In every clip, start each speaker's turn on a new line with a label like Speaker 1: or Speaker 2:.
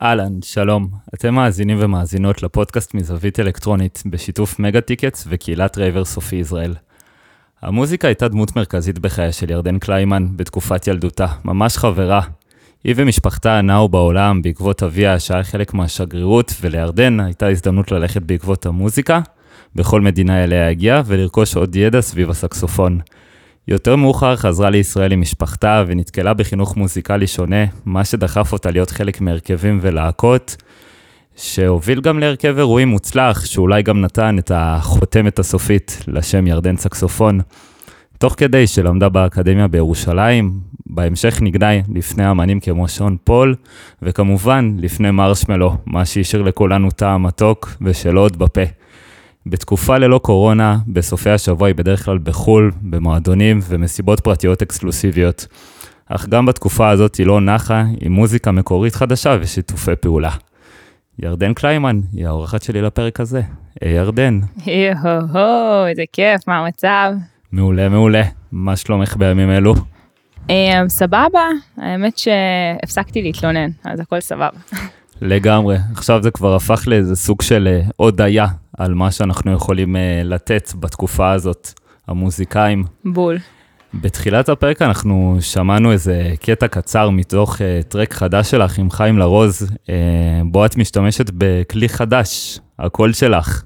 Speaker 1: אהלן, שלום. אתם מאזינים ומאזינות לפודקאסט מזווית אלקטרונית בשיתוף מגה טיקטס וקהילת רייבר סופי ישראל. המוזיקה הייתה דמות מרכזית בחייה של ירדן קליימן בתקופת ילדותה, ממש חברה. היא ומשפחתה נעו בעולם בעקבות אביה שהיה חלק מהשגרירות, ולירדן הייתה הזדמנות ללכת בעקבות המוזיקה בכל מדינה אליה הגיעה ולרכוש עוד ידע סביב הסקסופון. יותר מאוחר חזרה לישראל עם משפחתה ונתקלה בחינוך מוזיקלי שונה, מה שדחף אותה להיות חלק מהרכבים ולהקות, שהוביל גם להרכב אירועים מוצלח, שאולי גם נתן את החותמת הסופית לשם ירדן סקסופון. תוך כדי שלמדה באקדמיה בירושלים, בהמשך נגנה לפני אמנים כמו שון פול, וכמובן לפני מרשמלו, מה שהשאיר לכולנו טעם מתוק ושלא עוד בפה. בתקופה ללא קורונה, בסופי השבוע היא בדרך כלל בחול, במועדונים ומסיבות פרטיות אקסקלוסיביות. אך גם בתקופה הזאת היא לא נחה עם מוזיקה מקורית חדשה ושיתופי פעולה. ירדן קליימן היא האורחת שלי לפרק הזה. ירדן.
Speaker 2: יו-הו-הו, איזה כיף, מה המצב?
Speaker 1: מעולה, מעולה. מה שלומך בימים אלו?
Speaker 2: סבבה, האמת שהפסקתי להתלונן, אז הכל סבבה.
Speaker 1: לגמרי, עכשיו זה כבר הפך לאיזה סוג של הודעה על מה שאנחנו יכולים לתת בתקופה הזאת, המוזיקאים.
Speaker 2: בול.
Speaker 1: בתחילת הפרק אנחנו שמענו איזה קטע קצר מתוך טרק חדש שלך עם חיים לרוז, בו את משתמשת בכלי חדש, הקול שלך.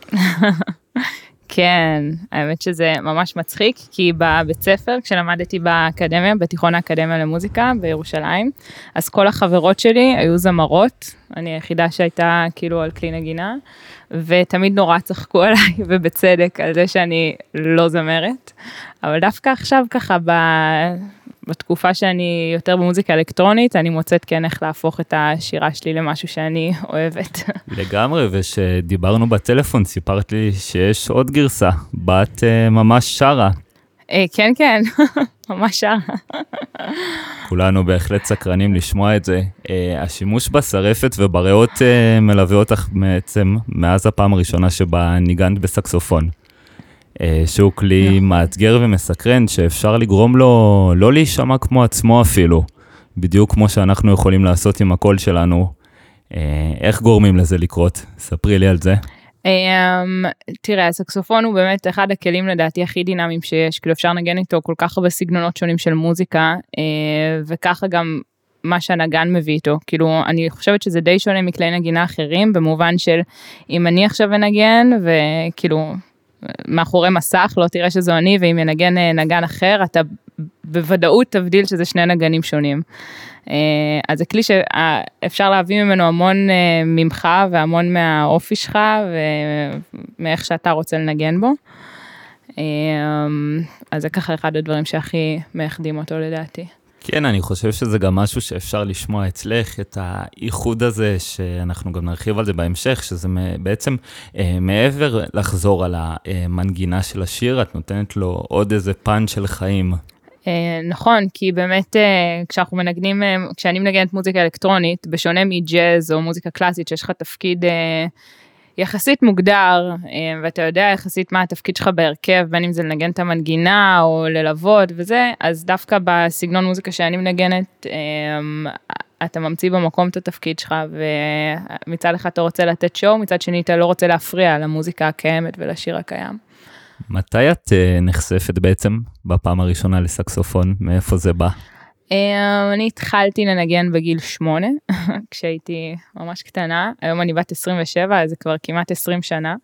Speaker 2: כן, האמת שזה ממש מצחיק, כי בבית ספר, כשלמדתי באקדמיה, בתיכון האקדמיה למוזיקה בירושלים, אז כל החברות שלי היו זמרות, אני היחידה שהייתה כאילו על כלי נגינה, ותמיד נורא צחקו עליי, ובצדק על זה שאני לא זמרת, אבל דווקא עכשיו ככה, בתקופה שאני יותר במוזיקה אלקטרונית, אני מוצאת כן איך להפוך את השירה שלי למשהו שאני אוהבת.
Speaker 1: לגמרי, ושדיברנו בטלפון, סיפרת לי שיש עוד גרסה, בת ממש שרה.
Speaker 2: כן, כן, ממש שרה.
Speaker 1: כולנו בהחלט סקרנים לשמוע את זה. השימוש בשרפת ובריאות מלווה אותך בעצם מאז הפעם הראשונה שבה ניגנת בסקסופון. שהוא כלי מאתגר ומסקרן, שאפשר לגרום לו לא להישמע כמו עצמו אפילו, בדיוק כמו שאנחנו יכולים לעשות עם הקול שלנו. איך גורמים לזה לקרות? ספרי לי על זה.
Speaker 2: תראה, הסקסופון הוא באמת אחד הכלים לדעתי הכי דינמיים שיש, כאילו אפשר לנגן איתו כל כך הרבה סגנונות שונים של מוזיקה, וככה גם מה שהנגן מביא איתו, כאילו אני חושבת שזה די שונה מכלי נגינה אחרים, במובן של אם אני עכשיו אנגן, וכאילו מאחורי מסך, לא תראה שזו אני, ואם ינגן נגן אחר, אתה בוודאות תבדיל שזה שני נגנים שונים. אז זה כלי שאפשר להביא ממנו המון ממך, והמון מהאופי שלך, ומאיך שאתה רוצה לנגן בו. אז זה ככה אחד הדברים שהכי מאחדים אותו לדעתי.
Speaker 1: כן, אני חושב שזה גם משהו שאפשר לשמוע אצלך, את האיחוד הזה, שאנחנו גם נרחיב על זה בהמשך, שזה בעצם מעבר לחזור על המנגינה של השיר, את נותנת לו עוד איזה פן של חיים.
Speaker 2: נכון, כי באמת כשאנחנו מנגנים, כשאני מנגנת מוזיקה אלקטרונית, בשונה מג'אז או מוזיקה קלאסית, שיש לך תפקיד יחסית מוגדר, ואתה יודע יחסית מה התפקיד שלך בהרכב, בין אם זה לנגן את המנגינה או ללוות וזה, אז דווקא בסגנון מוזיקה שאני מנגנת, אתה ממציא במקום את התפקיד שלך, ומצד אחד אתה רוצה לתת שואו, מצד שני אתה לא רוצה להפריע למוזיקה הקיימת ולשיר הקיים.
Speaker 1: מתי את נחשפת בעצם בפעם הראשונה לסקסופון? מאיפה זה בא?
Speaker 2: אני התחלתי לנגן בגיל 8, כשהייתי ממש קטנה, היום אני בת 27, אז זה כבר כמעט 20 שנה,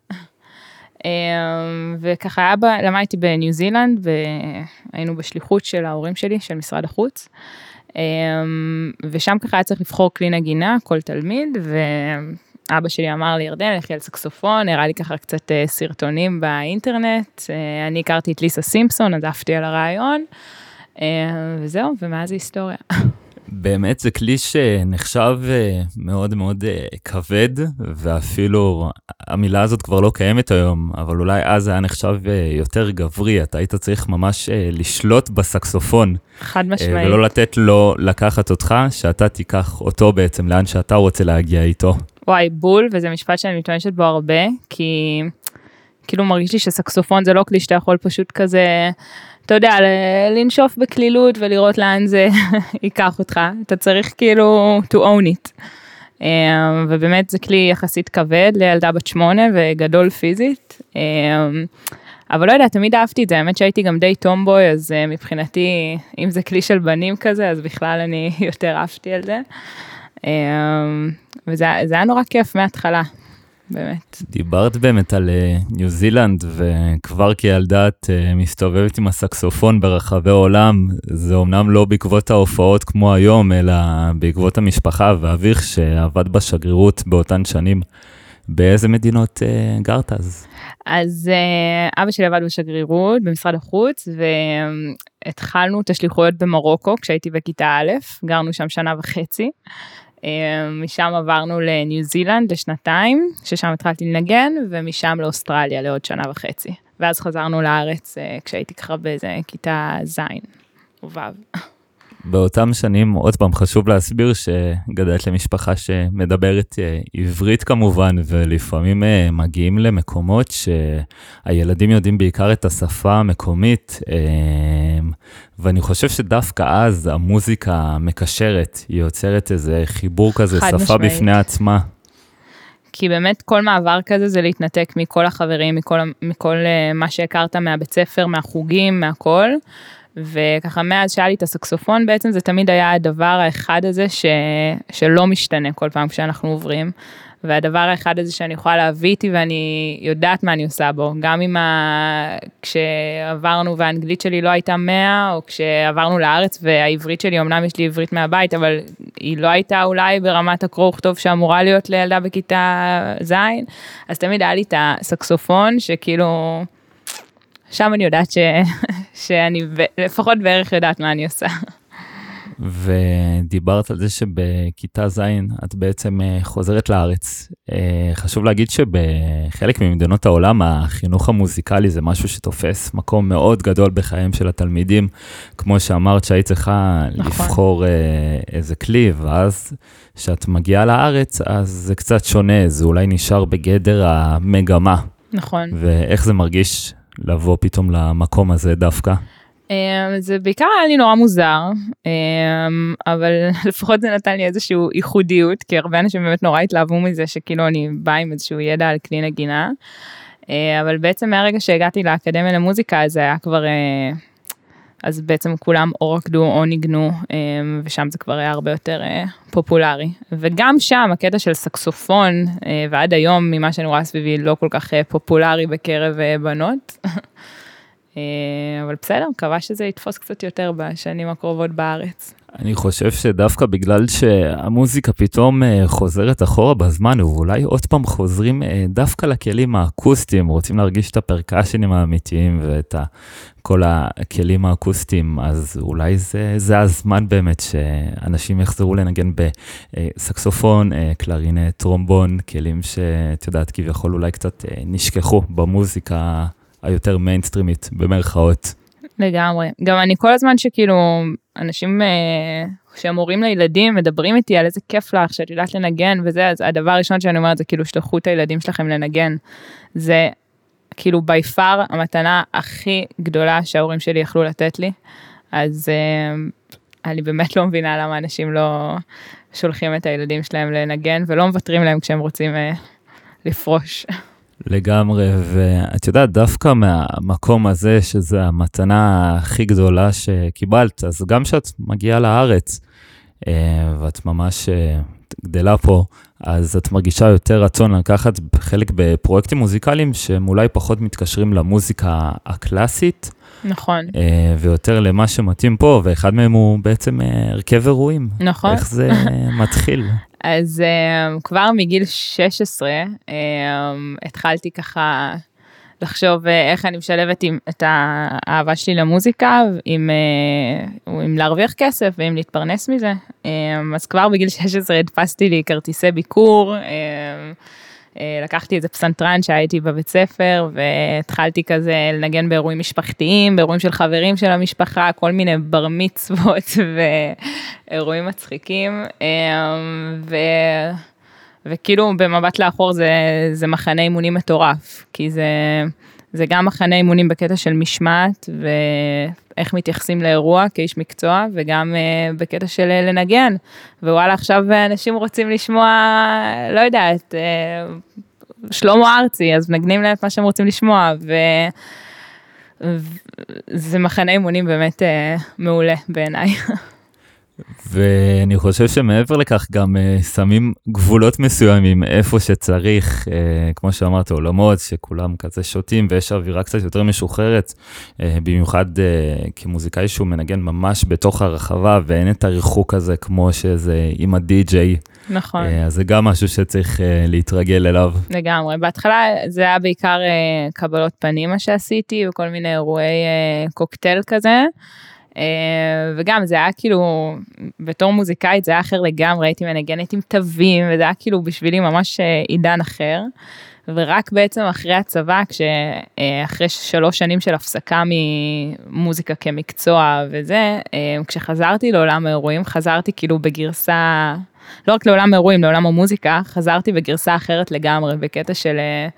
Speaker 2: וככה למדתי בניו זילנד, והיינו בשליחות של ההורים שלי, של משרד החוץ, ושם ככה היה צריך לבחור כלי נגינה, כל תלמיד, אבא שלי אמר לי, ירדן, לכי על סקסופון, הראה לי ככה קצת סרטונים באינטרנט, אני הכרתי את ליסה סימפסון, עזבתי על הרעיון, וזהו, ומאז זה היסטוריה.
Speaker 1: באמת זה כלי שנחשב מאוד מאוד כבד, ואפילו המילה הזאת כבר לא קיימת היום, אבל אולי אז היה נחשב יותר גברי, אתה היית צריך ממש לשלוט בסקסופון.
Speaker 2: חד משמעית.
Speaker 1: ולא לתת לו לקחת אותך, שאתה תיקח אותו בעצם לאן שאתה רוצה להגיע איתו.
Speaker 2: וואי, בול, וזה משפט שאני מתמשת בו הרבה, כי כאילו מרגיש לי שסקסופון זה לא כלי שאתה יכול פשוט כזה, אתה יודע, לנשוף בכלילות ולראות לאן זה ייקח אותך. אתה צריך כאילו to own it. ובאמת זה כלי יחסית כבד לילדה בת 8 וגדול פיזית, אבל לא יודע, תמיד אהבתי את זה, האמת שהייתי גם די טומבוי, אז מבחינתי, אם זה כלי של בנים כזה, אז בכלל אני יותר אהבתי על זה, וזה היה נורא כיף מההתחלה. באמת.
Speaker 1: דיברת באמת על ניו זילנד, וכבר כילדה את מסתובבת עם הסקסופון ברחבי העולם, זה אומנם לא בעקבות ההופעות כמו היום, אלא בעקבות המשפחה ואביך שעבד בשגרירות באותן שנים. באיזה מדינות גרת אז?
Speaker 2: אז אבא שלי עבד בשגרירות, במשרד החוץ, והתחלנו את השליחויות במרוקו, כשהייתי בכיתה א', גרנו שם 1.5 שנה, משם עברנו לניו זילנד לשנתיים, ששם התחלתי לנגן, ומשם לאוסטרליה לעוד 1.5 שנה, ואז חזרנו לארץ כשהייתי ככה באיזה כיתה ז' או ו'.
Speaker 1: באותם שנים, עוד פעם חשוב להסביר שגדלת למשפחה שמדברת עברית כמובן, ולפעמים מגיעים למקומות שהילדים יודעים בעיקר את השפה המקומית, ואני חושב שדווקא אז המוזיקה מקשרת, היא יוצרת איזה חיבור כזה, שפה משמעית. בפני עצמה.
Speaker 2: כי באמת כל מעבר כזה זה להתנתק מכל החברים, מכל מה שהכרת מהבית ספר, מהחוגים, מהכל, וככה מאז שהיה לי את הסקסופון, בעצם זה תמיד היה הדבר האחד הזה שלא משתנה כל פעם כשאנחנו עוברים, והדבר האחד הזה שאני יכולה להביא איתי ואני יודעת מה אני עושה בו, גם אם כשעברנו והאנגלית שלי לא הייתה 100, או כשעברנו לארץ והעברית שלי, אמנם יש לי עברית מהבית, אבל היא לא הייתה אולי ברמת הקרוא וכתוב שאמורה להיות לילדה בכיתה ז', אז תמיד היה לי את הסקסופון שכאילו... שם אני יודעת שאני לפחות בערך יודעת מה אני עושה.
Speaker 1: ודיברת על זה שבכיתה ז' את בעצם חוזרת לארץ. חשוב להגיד שבחלק ממדינות העולם החינוך המוזיקלי זה משהו שתופס מקום מאוד גדול בחיים של התלמידים. כמו שאמרת שהיית צריכה לבחור איזה כלי, ואז כשאת מגיעה לארץ אז זה קצת שונה, זה אולי נשאר בגדר המגמה.
Speaker 2: נכון.
Speaker 1: ואיך זה מרגיש לבוא פתאום למקום הזה דווקא?
Speaker 2: זה בעיקר היה לי נורא מוזר, אבל לפחות זה נתן לי איזושהי ייחודיות, כי הרבה אנשים באמת נורא התלהבו מזה, שכאילו אני באה עם איזשהו ידע על כלי נגינה, אבל בעצם מהרגע שהגעתי לאקדמיה למוזיקה, זה היה כבר, אז בעצם כולם או רקדו או ניגנו, ושם זה כבר היה הרבה יותר פופולרי. וגם שם הקטע של סקסופון, ועד היום ממה שאני רואה סביבי, לא כל כך פופולרי בקרב בנות. אבל בסדר, מקווה שזה יתפוס קצת יותר בשנים הקרובות בארץ.
Speaker 1: אני חושב שדווקא בגלל שהמוזיקה פתאום חוזרת אחורה בזמן, ואולי עוד פעם חוזרים דווקא לכלים האקוסטיים, רוצים להרגיש את הפרקשנים האמיתיים ואת כל הכלים האקוסטיים, אז אולי זה הזמן באמת שאנשים יחזרו לנגן בסקסופון, קלרינט, טרומבון, כלים שאת יודעת כביכול אולי קצת נשכחו במוזיקה היותר מיינסטרימית במרכאות.
Speaker 2: לגמרי. גם אני כל הזמן שכאילו, אנשים שהמורים לילדים מדברים איתי על איזה כיף לך, שאת יודעת לנגן וזה, אז הדבר הראשון שאני אומרת זה כאילו, שלחו את הילדים שלכם לנגן. זה כאילו by far המתנה הכי גדולה שההורים שלי יכלו לתת לי. אז אני באמת לא מבינה למה אנשים לא שולחים את הילדים שלהם לנגן, ולא מוותרים להם כשהם רוצים לפרוש.
Speaker 1: לגמרי, ואת יודעת, דווקא מהמקום הזה, שזה המתנה הכי גדולה שקיבלת, אז גם שאת מגיעה לארץ, ואת ממש גדלה פה, אז את מרגישה יותר רצון לקחת חלק בפרויקטים מוזיקליים, שהם אולי פחות מתקשרים למוזיקה הקלאסית,
Speaker 2: נכון.
Speaker 1: ויותר למה שמתאים פה, ואחד מהם הוא בעצם הרכב אירועים.
Speaker 2: נכון.
Speaker 1: איך זה מתחיל?
Speaker 2: אז כבר מגיל 16 התחלתי ככה לחשוב איך אני משלבת את האהבה שלי למוזיקה, עם להרוויח כסף ועם להתפרנס מזה. אז כבר בגיל 16 הדפסתי לי כרטיסי ביקור, לקחתי איזה פסנתרן שהייתי בבית ספר, והתחלתי כזה לנגן באירועים משפחתיים, באירועים של חברים של המשפחה, כל מיני בר מצוות ואירועים מצחיקים, וכאילו במבט לאחור זה מחנה אימונים מטורף, כי זה גם מחנה אימונים בקטע של משמעת, ואיך מתייחסים לאירוע כאיש מקצוע, וגם בקטע של לנגן. ווואלה, עכשיו אנשים רוצים לשמוע, לא יודעת, שלמה ארצי, אז מנגנים להם את מה שהם רוצים לשמוע, וזה מחנה אימונים באמת מעולה בעיניי.
Speaker 1: ואני חושב שמעבר לכך גם שמים גבולות מסוימים איפה שצריך, כמו שאמרת, עולמות שכולם כזה שותים ויש אווירה קצת יותר משוחררת, במיוחד כמוזיקאי שהוא מנגן ממש בתוך הרחבה ואין את הריחוק הזה כמו שזה עם הדי-ג'יי.
Speaker 2: נכון.
Speaker 1: אז זה גם משהו שצריך להתרגל אליו.
Speaker 2: לגמרי. בהתחלה זה היה בעיקר קבלות פנים מה שעשיתי וכל מיני אירועי קוקטייל כזה. וגם זה היה כאילו, בתור מוזיקאית זה היה אחר לגמרי, הייתי מנגנת עם תווים, וזה היה כאילו בשבילי ממש עידן אחר, ורק בעצם אחרי הצבא, אחרי 3 שנים של הפסקה ממוזיקה כמקצוע וזה, כשחזרתי לעולם האירועים, חזרתי כאילו בגרסה, לא רק לעולם האירועים, לעולם המוזיקה, חזרתי בגרסה אחרת לגמרי, בקטע של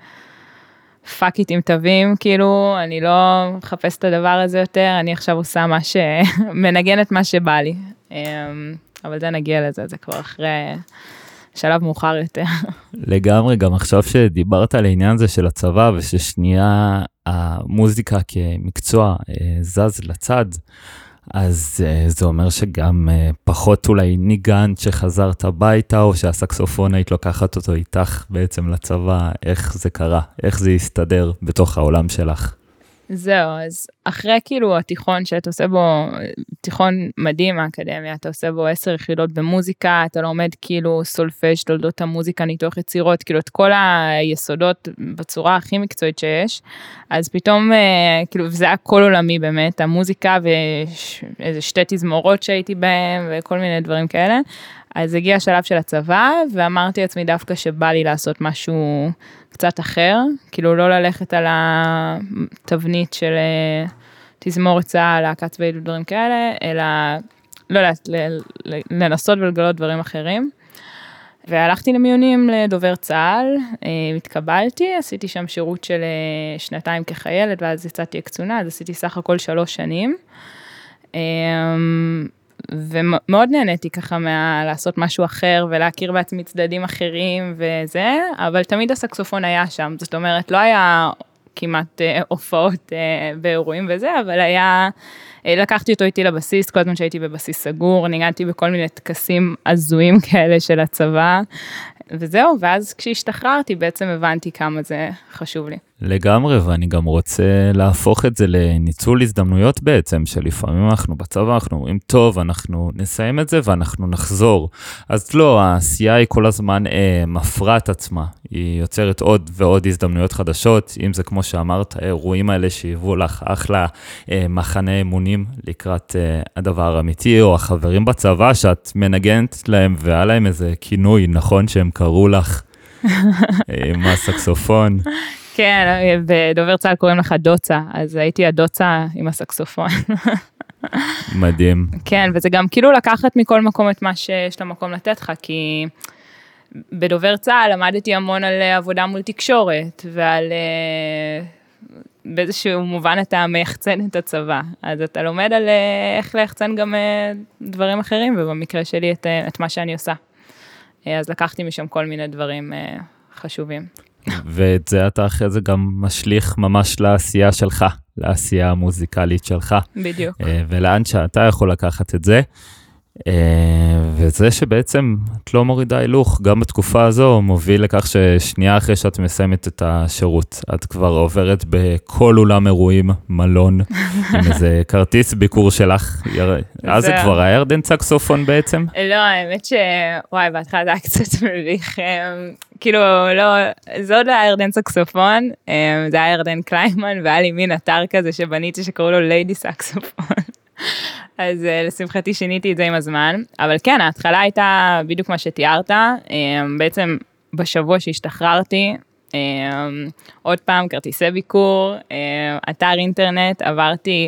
Speaker 2: פאק איט עם תווים, כאילו, אני לא מחפש את הדבר הזה יותר, אני עכשיו עושה מנגנת מה שבא לי. אבל זה נגיע לזה, זה כבר אחרי שלב מאוחר יותר.
Speaker 1: לגמרי, גם עכשיו שדיברת על העניין הזה של הצבא, וששנייה המוזיקה כמקצוע זז לצד, אז זה אומר שגם פחות אולי ניגנת שחזרת הביתה, או שהסקסופון היית לוקחת אותו איתך בעצם לצבא, איך זה קרה, איך זה יסתדר בתוך העולם שלך?
Speaker 2: זהו, אז אחרי כאילו התיכון שאתה עושה בו, תיכון מדהים האקדמיה, אתה עושה בו 10 יחידות במוזיקה, אתה לומד כאילו סולפג' תולדות המוזיקה, ניתוח יצירות, כאילו את כל היסודות בצורה הכי מקצועית שיש, אז פתאום כאילו זה היה כל עולמי באמת, המוזיקה ואיזה 2 תזמורות שהייתי בהם וכל מיני דברים כאלה, אז הגיע השלב של הצבא, ואמרתי לעצמי דווקא שבא לי לעשות משהו קצת אחר, כאילו לא ללכת על התבנית של תזמורת צה"ל, להקת צבאית ודברים כאלה, אלא לא יודעת, לנסות ולגלות דברים אחרים. והלכתי למיונים לדובר צה"ל, התקבלתי, עשיתי שם שירות של 2 כחיילת, ואז יצאתי כקצונה, אז עשיתי סך הכל 3 שנים. ומאוד נהניתי ככה לעשות משהו אחר ולהכיר בעצמי צדדים אחרים וזה, אבל תמיד הסקסופון היה שם, זאת אומרת לא היה כמעט הופעות באירועים וזה, אבל לקחתי אותו איתי לבסיס, כל הזמן שהייתי בבסיס סגור, ניגנתי בכל מיני טקסים עזויים כאלה של הצבא, וזהו, ואז כשהשתחררתי בעצם הבנתי כמה זה חשוב לי.
Speaker 1: לגמרי, ואני גם רוצה להפוך את זה לניצול הזדמנויות בעצם, שלפעמים אנחנו בצבא, אנחנו אומרים, טוב, אנחנו נסיים את זה ואנחנו נחזור. אז לא, העשייה היא כל הזמן מפרה את עצמה, היא יוצרת עוד ועוד הזדמנויות חדשות, אם זה כמו שאמרת, האירועים האלה שהיוו לך אחלה מחנה אמונים לקראת הדבר האמיתי, או החברים בצבא שאת מנגנת להם, והיה להם איזה כינוי, נכון שהם קראו לך מה סקסופון.
Speaker 2: כן, בדובר צה"ל קוראים לך דוצה, אז הייתי הדוצה עם הסקסופון.
Speaker 1: מדהים.
Speaker 2: כן, וזה גם כאילו לקחת מכל מקום את מה שיש למקום לתת לך, כי בדובר צה"ל למדתי המון על עבודה מול תקשורת, ועל באיזשהו מובן אתה מייחצן את הצבא, אז אתה לומד על איך להחצן גם דברים אחרים, ובמקרה שלי את מה שאני עושה. אז לקחתי משם כל מיני דברים חשובים.
Speaker 1: ואת זה אתה אחרי זה גם משליך ממש לעשייה שלך, לעשייה המוזיקלית שלך.
Speaker 2: בדיוק.
Speaker 1: ולאן שאתה יכול לקחת את זה. וזה שבעצם את לא מורידה הילוך, גם בתקופה הזו מוביל לכך ששנייה אחרי שאת מסיימת את השירות, את כבר עוברת בכל אולם אירועים, מלון, עם איזה כרטיס ביקור שלך. אז זה כבר היה ירדן סקסופון בעצם?
Speaker 2: לא, האמת וואי, בהתחלה זה היה קצת מביך. כאילו, לא, זה עוד לא היה ירדן סקסופון, זה היה ירדן קליימן, והיה לי מין אתר כזה שבניתי שקראו לו ליידי סקסופון. אז לשמחתי שיניתי את זה עם הזמן, אבל כן, ההתחלה הייתה בדיוק מה שתיארת, בעצם בשבוע שהשתחררתי, עוד פעם כרטיסי ביקור, אתר אינטרנט, עברתי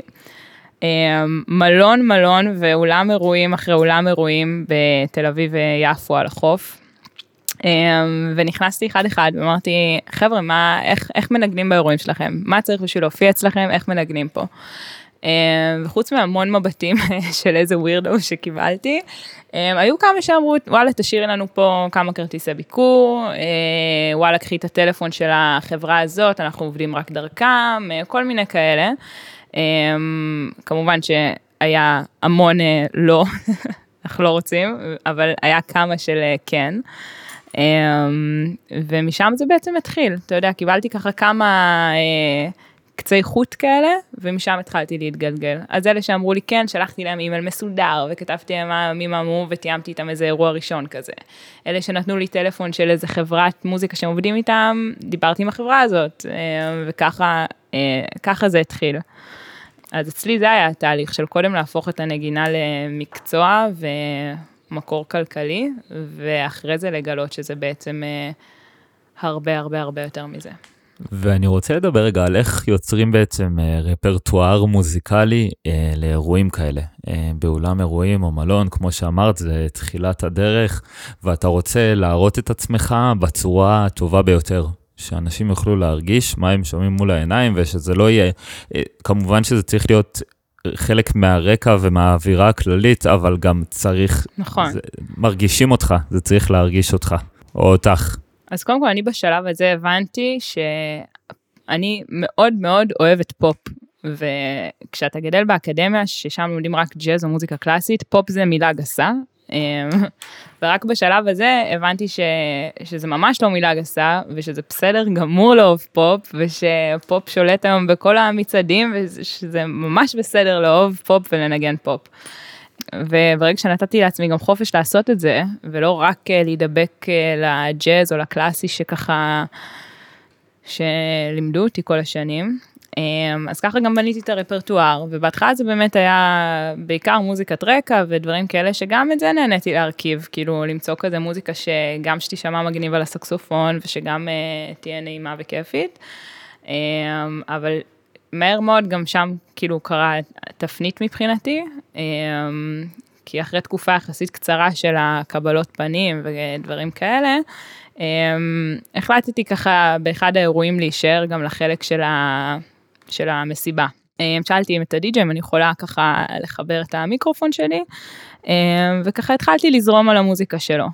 Speaker 2: מלון ואולם אירועים אחרי אולם אירועים בתל אביב ויפו על החוף, ונכנסתי אחד אחד ואמרתי, חבר'ה, איך מנגנים באירועים שלכם? מה צריך בשביל להופיע אצלכם? איך מנגנים פה? וחוץ מהמון מבטים של איזה ווירדו שקיבלתי, היו כמה שאמרו, וואלה, תשאירי לנו פה כמה כרטיסי ביקור, וואלה, קחי את הטלפון של החברה הזאת, אנחנו עובדים רק דרכם, כל מיני כאלה. כמובן שהיה המון לא, אנחנו לא רוצים, אבל היה כמה של כן. ומשם זה בעצם התחיל, אתה יודע, קיבלתי ככה כמה קצי חוט כאלה, ומשם התחלתי להתגלגל. אז אלה שאמרו לי כן, שלחתי להם אימייל מסודר, וכתבתי להם מי אמרו, ותיאמתי איתם איזה אירוע ראשון כזה. אלה שנתנו לי טלפון של איזה חברת מוזיקה שהם עובדים איתם, דיברתי עם החברה הזאת, וככה זה התחיל. אז אצלי זה היה התהליך של קודם להפוך את הנגינה למקצוע ומקור כלכלי, ואחרי זה לגלות שזה בעצם הרבה הרבה הרבה יותר מזה.
Speaker 1: ואני רוצה לדבר רגע על איך יוצרים בעצם רפרטואר מוזיקלי לאירועים כאלה. באולם אירועים או מלון, כמו שאמרת, זה תחילת הדרך, ואתה רוצה להראות את עצמך בצורה הטובה ביותר. שאנשים יוכלו להרגיש מה הם שומעים מול העיניים, ושזה לא יהיה, כמובן שזה צריך להיות חלק מהרקע ומהאווירה הכללית, אבל גם צריך,
Speaker 2: נכון.
Speaker 1: מרגישים אותך, זה צריך להרגיש אותך, או אותך.
Speaker 2: אז קודם כל, אני בשלב הזה הבנתי שאני מאוד מאוד אוהבת פופ, וכשאתה גדל באקדמיה, ששם לומדים רק ג'אז או מוזיקה קלאסית, פופ זה מילה גסה, ורק בשלב הזה הבנתי שזה ממש לא מילה גסה, ושזה בסדר גמור לאהוב פופ, ושפופ שולט היום בכל המצעדים, ושזה ממש בסדר לאהוב פופ ולנגן פופ. וברגע שנתתי לעצמי גם חופש לעשות את זה, ולא רק להידבק לג'אז או לקלאסי שככה, שלימדו אותי כל השנים, אז ככה גם בניתי את הרפרטואר, ובהתחלה זה באמת היה בעיקר מוזיקת רקע ודברים כאלה, שגם את זה נהניתי להרכיב, כאילו למצוא כזה מוזיקה שגם שתשמע מגניב על הסקסופון, ושגם תהיה נעימה וכיפית, אבל מהר מאוד גם שם כאילו קרה תפנית מבחינתי, כי אחרי תקופה יחסית קצרה של הקבלות פנים ודברים כאלה, החלטתי ככה באחד האירועים להישאר גם לחלק של המסיבה. שאלתי את הדי-ג'יי אם אני יכולה ככה לחבר את המיקרופון שלי, וככה התחלתי לזרום על המוזיקה שלו.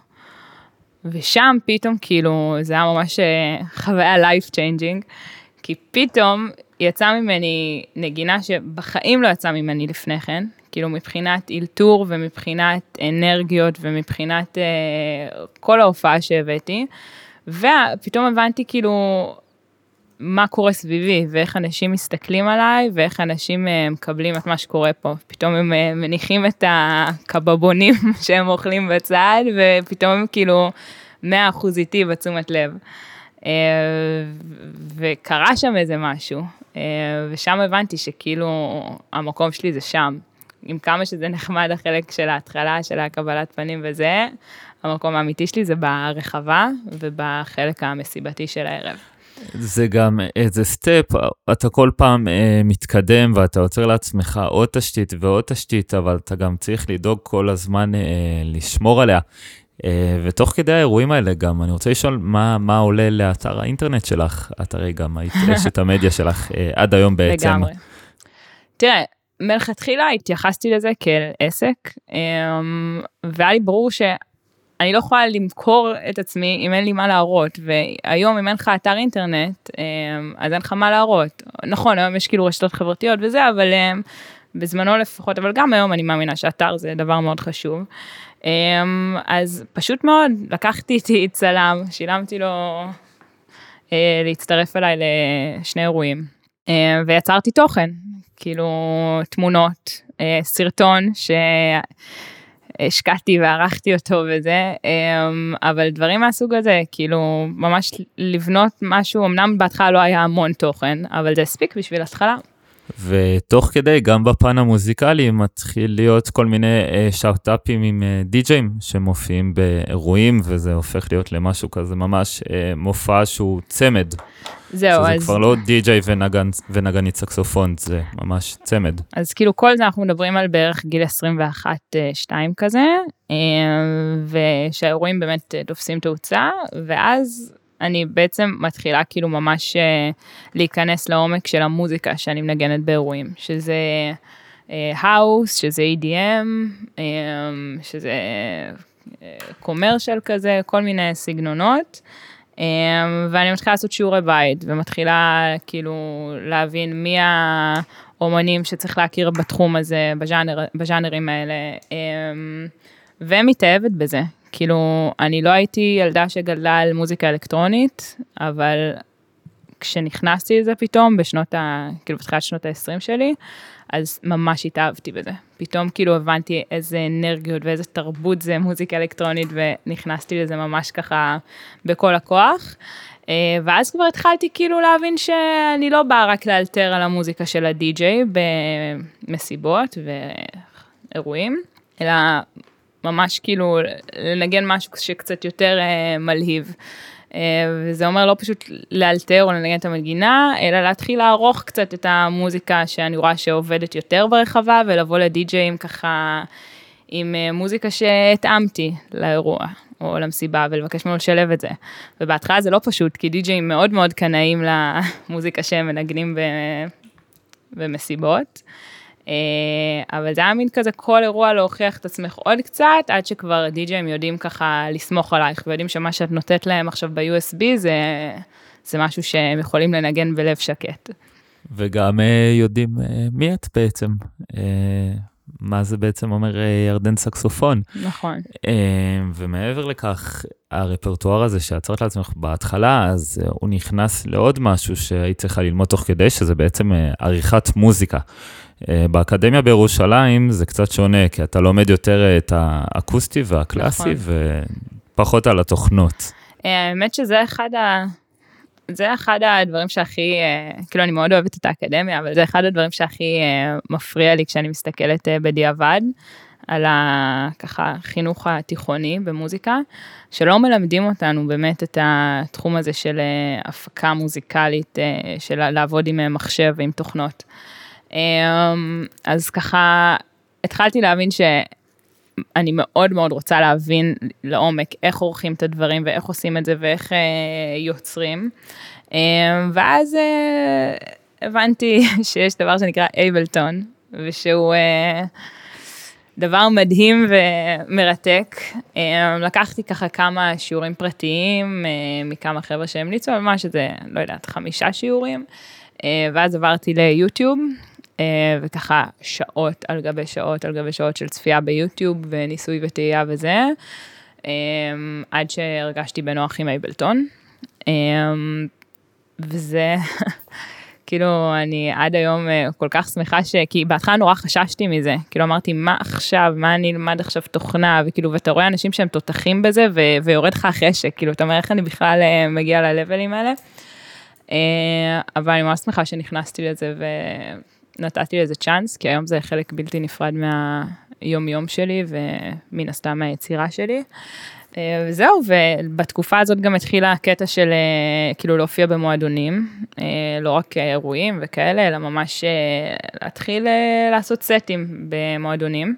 Speaker 2: ושם פתאום כאילו זה היה ממש חוויה life changing, כי פתאום יצא ממני נגינה שבחיים לא יצא ממני לפני כן, כאילו מבחינת אילתור ומבחינת אנרגיות ומבחינת כל ההופעה שהבאתי, ופתאום הבנתי כאילו מה קורה סביבי, ואיך אנשים מסתכלים עליי, ואיך אנשים מקבלים את מה שקורה פה. פתאום הם מניחים את הקבבונים שהם אוכלים בצד, ופתאום הם כאילו 100% איתי בתשומת לב. וקרה שם איזה משהו, ושם הבנתי שכאילו המקום שלי זה שם. עם כמה שזה נחמד החלק של ההתחלה, של הקבלת פנים וזה, המקום האמיתי שלי זה ברחבה, ובחלק המסיבתי של הערב.
Speaker 1: זה גם איזה סטפ, אתה כל פעם מתקדם ואתה יוצר לעצמך עוד תשתית ועוד תשתית, אבל אתה גם צריך לדאוג כל הזמן לשמור עליה. ותוך כדי האירועים האלה גם, אני רוצה לשאול מה עולה לאתר האינטרנט שלך, את הרי גם היית אשת המדיה שלך עד היום בעצם.
Speaker 2: לגמרי. תראה, מלכתחילה התייחסתי לזה כאל עסק, והיה לי ברור שאני לא יכולה למכור את עצמי אם אין לי מה להראות, והיום אם אין לך אתר אינטרנט, אז אין לך מה להראות. נכון, היום יש כאילו רשתות חברתיות וזה, אבל בזמנו לפחות, אבל גם היום אני מאמינה שאתר זה דבר מאוד חשוב. אז פשוט מאוד, לקחתי איתי צלם, שילמתי לו להצטרף אליי לשני אירועים, ויצרתי תוכן, כאילו תמונות, סרטון שהשקעתי וערכתי אותו וזה, אבל דברים מהסוג הזה, כאילו ממש לבנות משהו, אמנם בהתחלה לא היה המון תוכן, אבל זה הספיק בשביל התחלה.
Speaker 1: ותוך כדי, גם בפן המוזיקלי, מתחיל להיות כל מיני שאוט-אפים עם די-ג'ים שמופיעים באירועים, וזה הופך להיות למשהו כזה ממש מופע שהוא צמד.
Speaker 2: זהו,
Speaker 1: שזה כבר לא די-ג'יי ונגנית סקסופון, זה ממש צמד.
Speaker 2: אז כאילו כל זה אנחנו מדברים על בערך גיל 21-2 כזה, ושהאירועים באמת תופסים תאוצה, ואז אני בעצם מתחילה כאילו ממש להיכנס לעומק של המוזיקה שאני מנגנת באירועים, שזה האוס, שזה EDM, שזה קומרשל כזה, כל מיני סגנונות, ואני מתחילה לעשות שיעורי בית, ומתחילה כאילו להבין מי האומנים שצריך להכיר בתחום הזה, בז'אנרים האלה, ומתאהבת בזה. כאילו, אני לא הייתי ילדה שגדלה על מוזיקה אלקטרונית, אבל כשנכנסתי לזה פתאום, כאילו בתחילת שנות ה-20 שלי, אז ממש התאהבתי בזה. פתאום כאילו הבנתי איזה אנרגיות ואיזה תרבות זה מוזיקה אלקטרונית, ונכנסתי לזה ממש ככה בכל הכוח. ואז כבר התחלתי כאילו להבין שאני לא באה רק לאלתר על המוזיקה של הדי-ג'יי במסיבות ואירועים, אלא ממש כאילו לנגן משהו שקצת יותר מלהיב. וזה אומר לא פשוט לאלתר או לנגן את המנגינה, אלא להתחיל לערוך קצת את המוזיקה שאני רואה שעובדת יותר ברחבה, ולבוא לדי-ג'יים ככה עם מוזיקה שהתאמתי לאירוע או למסיבה, ולבקש ממנו לשלב את זה. ובהתחלה זה לא פשוט, כי די-ג'יים מאוד מאוד קנאים למוזיקה שהם מנגנים במסיבות. אבל זה היה מין כזה כל אירוע להוכיח את עצמך עוד קצת, עד שכבר די-ג'יים יודעים ככה לסמוך עלייך, ויודעים שמה שאת נותנת להם עכשיו ב-USB, זה משהו שהם יכולים לנגן בלב שקט.
Speaker 1: וגם יודעים מי את בעצם, מה זה בעצם אומר ירדן סקסופון.
Speaker 2: נכון.
Speaker 1: ומעבר לכך, הרפרטואר הזה שעצרת לעצמך בהתחלה, אז הוא נכנס לעוד משהו שהיית צריכה ללמוד תוך כדי, שזה בעצם עריכת מוזיקה. באקדמיה בירושלים זה קצת שונה, כי אתה לומד יותר את האקוסטי והקלאסי, ופחות על התוכנות.
Speaker 2: האמת שזה אחד הדברים שהכי, כאילו אני מאוד אוהבת את האקדמיה, אבל זה אחד הדברים שהכי מפריע לי כשאני מסתכלת בדיעבד, על ככה חינוך התיכוני במוזיקה, שלא מלמדים אותנו באמת את התחום הזה של הפקה מוזיקלית, של לעבוד עם מחשב ועם תוכנות. אז ככה התחלתי להבין שאני מאוד מאוד רוצה להבין לעומק איך עורכים את הדברים ואיך עושים את זה ואיך יוצרים. ואז הבנתי שיש דבר שנקרא אייבלטון, ושהוא דבר מדהים ומרתק. לקחתי ככה כמה שיעורים פרטיים מכמה חבר'ה שהמליצו, ממש שזה, לא יודעת, 5 שיעורים, ואז עברתי ליוטיוב, וככה שעות על גבי שעות על גבי שעות של צפייה ביוטיוב, וניסוי וטעייה וזה, עד שהרגשתי בנוח עם אייבלטון. וזה, כאילו, אני עד היום כל כך שמחה כי בהתחלה נורא חששתי מזה, כאילו אמרתי, מה עכשיו, מה אני אלמד עכשיו תוכנה, וכאילו, ואתה רואה אנשים שהם תותחים בזה, ויורד לך חשק, כאילו, אתה אומר, איך אני בכלל מגיע ללבלים האלה, אבל אני ממש שמחה שנכנסתי לזה, ונתתי לזה צ'אנס, כי היום זה חלק בלתי נפרד מהיום-יום שלי, ומן הסתם מהיצירה שלי, וזהו, ובתקופה הזאת גם התחילה הקטע של כאילו להופיע במועדונים, לא רק אירועים וכאלה, אלא ממש להתחיל לעשות סטים במועדונים,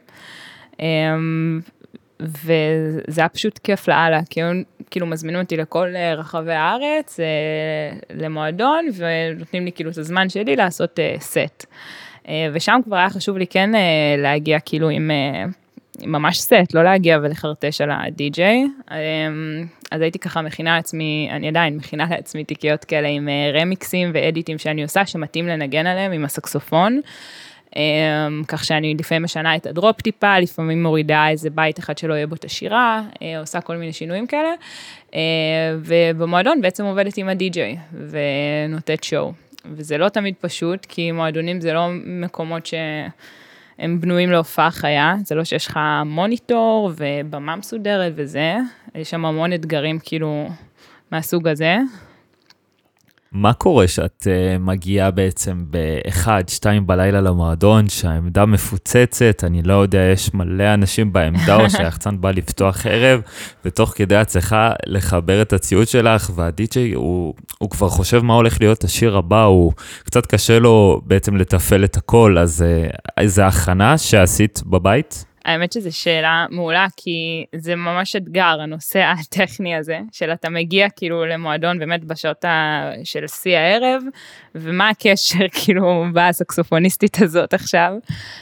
Speaker 2: וזה היה פשוט כיף לאללה, כאילו מזמינים אותי לכל רחבי הארץ, למועדון, ונותנים לי כאילו את הזמן שלי לעשות סט. ושם כבר היה חשוב לי כן להגיע כאילו עם ממש סט, לא להגיע ולחרטש על הדי-ג'יי. אז הייתי ככה מכינה לעצמי, אני עדיין מכינה לעצמי תיקיות כאלה עם רמיקסים ואדיטים שאני עושה, שמתאים לנגן עליהם עם הסקסופון. כך שאני לפעמים משנה את הדרופ טיפה, לפעמים מורידה איזה בית אחד שלא יהיה בו את השירה, עושה כל מיני שינויים כאלה, ובמועדון בעצם עובדת עם הדי-ג'יי, ונותנת שואו. וזה לא תמיד פשוט, כי מועדונים זה לא מקומות שהם בנויים להופעה חיה, זה לא שיש לך מוניטור ובמה מסודרת וזה, יש שם המון אתגרים כאילו מהסוג הזה.
Speaker 1: מה קורה שאת מגיעה בעצם ב-1-2 בלילה למועדון, שהעמדה מפוצצת, אני לא יודע, יש מלא אנשים בעמדה, או שהיחצן בא לפתוח ערב, ותוך כדי את צריכה לחבר את הציוד שלך, והדי-ג'יי הוא כבר חושב מה הולך להיות השיר הבא, הוא קצת קשה לו בעצם לתפעל את הכל, אז איזו הכנה שעשית בבית?
Speaker 2: האמת שזו שאלה מעולה, כי זה ממש אתגר, הנושא הטכני הזה, של אתה מגיע כאילו למועדון באמת בשעות של שיא הערב, ומה הקשר כאילו בסקסופוניסטית הזאת עכשיו.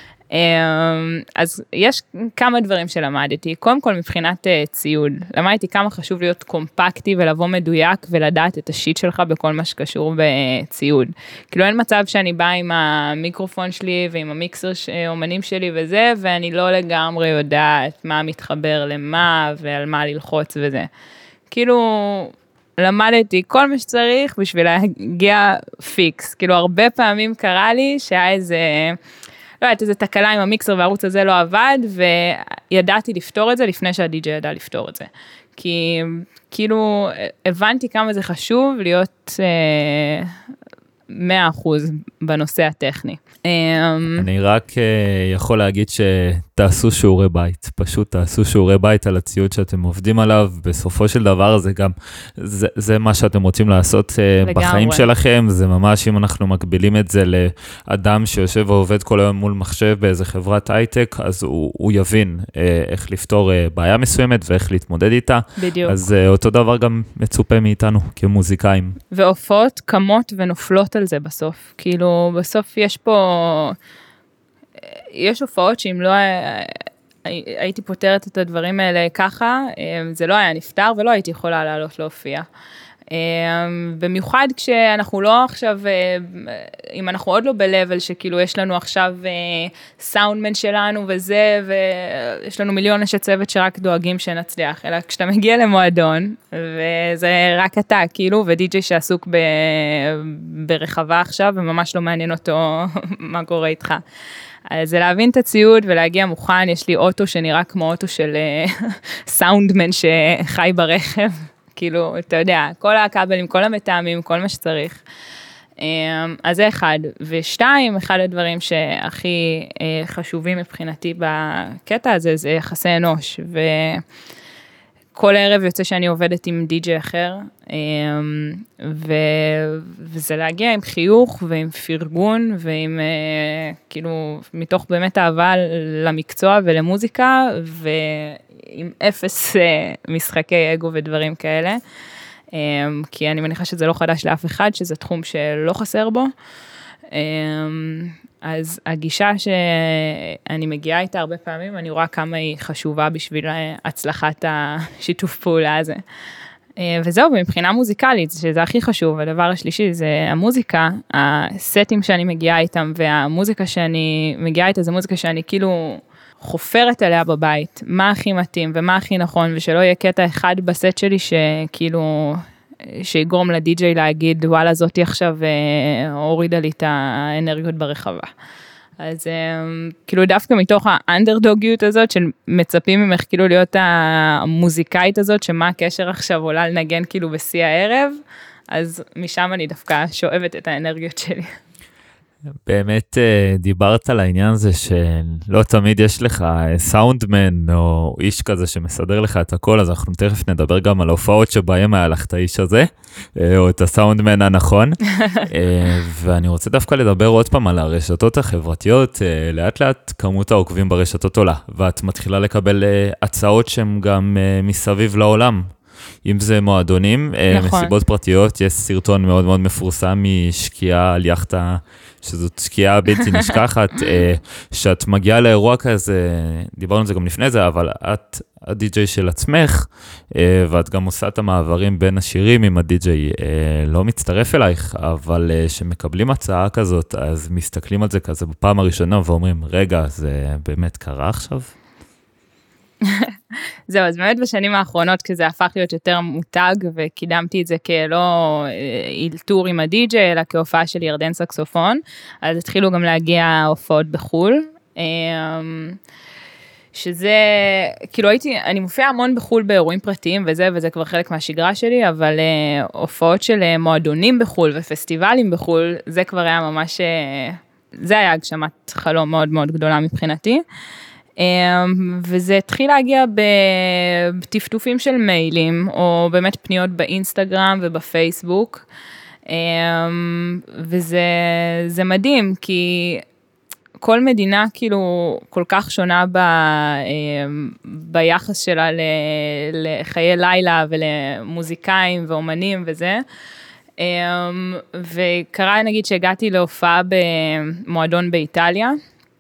Speaker 2: אז יש כמה דברים שלמדתי, קודם כל מבחינת ציוד, למדתי כמה חשוב להיות קומפקטי ולבוא מדויק ולדעת את השיט שלך בכל מה שקשור בציוד. כאילו אין מצב שאני באה עם המיקרופון שלי ועם המיקסר אומנים שלי וזה, ואני לא לגמרי יודעת מה מתחבר למה ועל מה ללחוץ וזה. כאילו למדתי כל מה שצריך בשביל להגיע פיקס, כאילו הרבה פעמים קרה לי שהיה לא יודעת, איזו תקלה עם המיקסר והערוץ הזה לא עבד, וידעתי לפתור את זה לפני שהדי-ג'יי ידע לפתור את זה. כי כאילו הבנתי כמה זה חשוב להיות 100% בנושא הטכני.
Speaker 1: אני רק יכול להגיד שתעשו שיעורי בית, פשוט תעשו שיעורי בית על הציוד שאתם עובדים עליו, בסופו של דבר זה גם, זה מה שאתם רוצים לעשות בחיים שלכם, זה ממש אם אנחנו מקבילים את זה לאדם שיושב ועובד כל היום מול מחשב באיזה חברת הייטק, אז הוא יבין איך לפתור בעיה מסוימת ואיך להתמודד איתה.
Speaker 2: בדיוק.
Speaker 1: אז אותו דבר גם מצופה מאיתנו כמוזיקאים.
Speaker 2: והופעות קמות ונופלות על זה בסוף, כאילו בסוף יש הופעות שאם לא הייתי פותרת את הדברים האלה ככה, זה לא היה נפתר ולא הייתי יכולה לעלות להופיע. במיוחד כשאנחנו לא עכשיו, אם אנחנו עוד לא בלבל שכאילו יש לנו עכשיו סאונדמן שלנו וזה, ויש לנו מיליון אנשי צוות שרק דואגים שנצליח, אלא כשאתה מגיע למועדון, וזה רק אתה, כאילו, ודי-ג'יי שעסוק ברחבה עכשיו, וממש לא מעניין אותו מה קורה איתך. אז זה להבין את הציוד ולהגיע מוכן, יש לי אוטו שנראה כמו אוטו של סאונדמן שחי ברכב, כאילו, אתה יודע, כל הכבלים, כל המטעמים, כל מה שצריך. אז זה אחד. ושתיים, אחד הדברים שהכי חשובים מבחינתי בקטע הזה, זה יחסי אנוש. וכל ערב יוצא שאני עובדת עם די-ג'יי אחר, וזה להגיע עם חיוך ועם פרגון, ועם, כאילו, מתוך באמת אהבה למקצוע ולמוזיקה, עם אפס משחקי אגו ודברים כאלה, כי אני מניחה שזה לא חדש לאף אחד, שזה תחום שלא חסר בו. אז הגישה שאני מגיעה איתה הרבה פעמים, אני רואה כמה היא חשובה בשביל הצלחת השיתוף פעולה הזה. וזהו, מבחינה מוזיקלית, שזה הכי חשוב. הדבר השלישי זה המוזיקה, הסטים שאני מגיעה איתם, והמוזיקה שאני מגיעה איתה, זה מוזיקה שאני כאילו חופרת עליה בבית, מה הכי מתאים ומה הכי נכון, ושלא יהיה קטע אחד בסט שלי שכאילו, שיגרום לדי-ג'יי להגיד, וואלה, זאתי עכשיו הורידה לי את האנרגיות ברחבה. אז כאילו דווקא מתוך האנדרדוגיות הזאת, שמצפים ממך כאילו להיות המוזיקאית הזאת, שמה הקשר עכשיו עולה לנגן כאילו בשיא הערב, אז משם אני דווקא שואבת את האנרגיות שלי.
Speaker 1: באמת דיברת על העניין הזה שלא תמיד יש לך סאונדמן או איש כזה שמסדר לך את הכל, אז אנחנו תכף נדבר גם על ההופעות שבהם היה לך את האיש הזה, או את הסאונדמן הנכון, ואני רוצה דווקא לדבר עוד פעם על הרשתות החברתיות, לאט לאט כמות העוקבים ברשתות עולה, ואת מתחילה לקבל הצעות שהן גם מסביב לעולם. אם זה מועדונים, נכון. מסיבות פרטיות, יש סרטון מאוד מאוד מפורסם משקיעה על יחטה, שזאת שקיעה בלתי נשכחת, שאת מגיעה לאירוע כזה, דיברנו על זה גם לפני זה, אבל את הדי-ג'יי של עצמך, ואת גם עושה את המעברים בין השירים עם הדי-ג'יי, לא מצטרף אלייך, אבל שמקבלים הצעה כזאת, אז מסתכלים על זה כזה בפעם הראשונה, ואומרים, רגע, זה באמת קרה עכשיו?
Speaker 2: זהו, אז באמת בשנים האחרונות, כזה הפך להיות יותר מותג, וקידמתי את זה כלא אילתור עם הדי-ג'יי, אלא כהופעה של ירדן סקסופון, אז התחילו גם להגיע הופעות בחול. שזה, כאילו אני מופיעה המון בחול באירועים פרטיים וזה כבר חלק מהשגרה שלי, אבל הופעות של מועדונים בחול ופסטיבלים בחול, זה כבר היה ממש, זה היה הגשמת חלום מאוד מאוד גדולה מבחינתי. וזה התחיל להגיע בטפטופים של מיילים, או באמת פניות באינסטגרם ובפייסבוק, וזה מדהים, כי כל מדינה כאילו כל כך שונה ביחס שלה לחיי לילה ולמוזיקאים ואומנים וזה, וקרה נגיד שהגעתי להופעה במועדון באיטליה,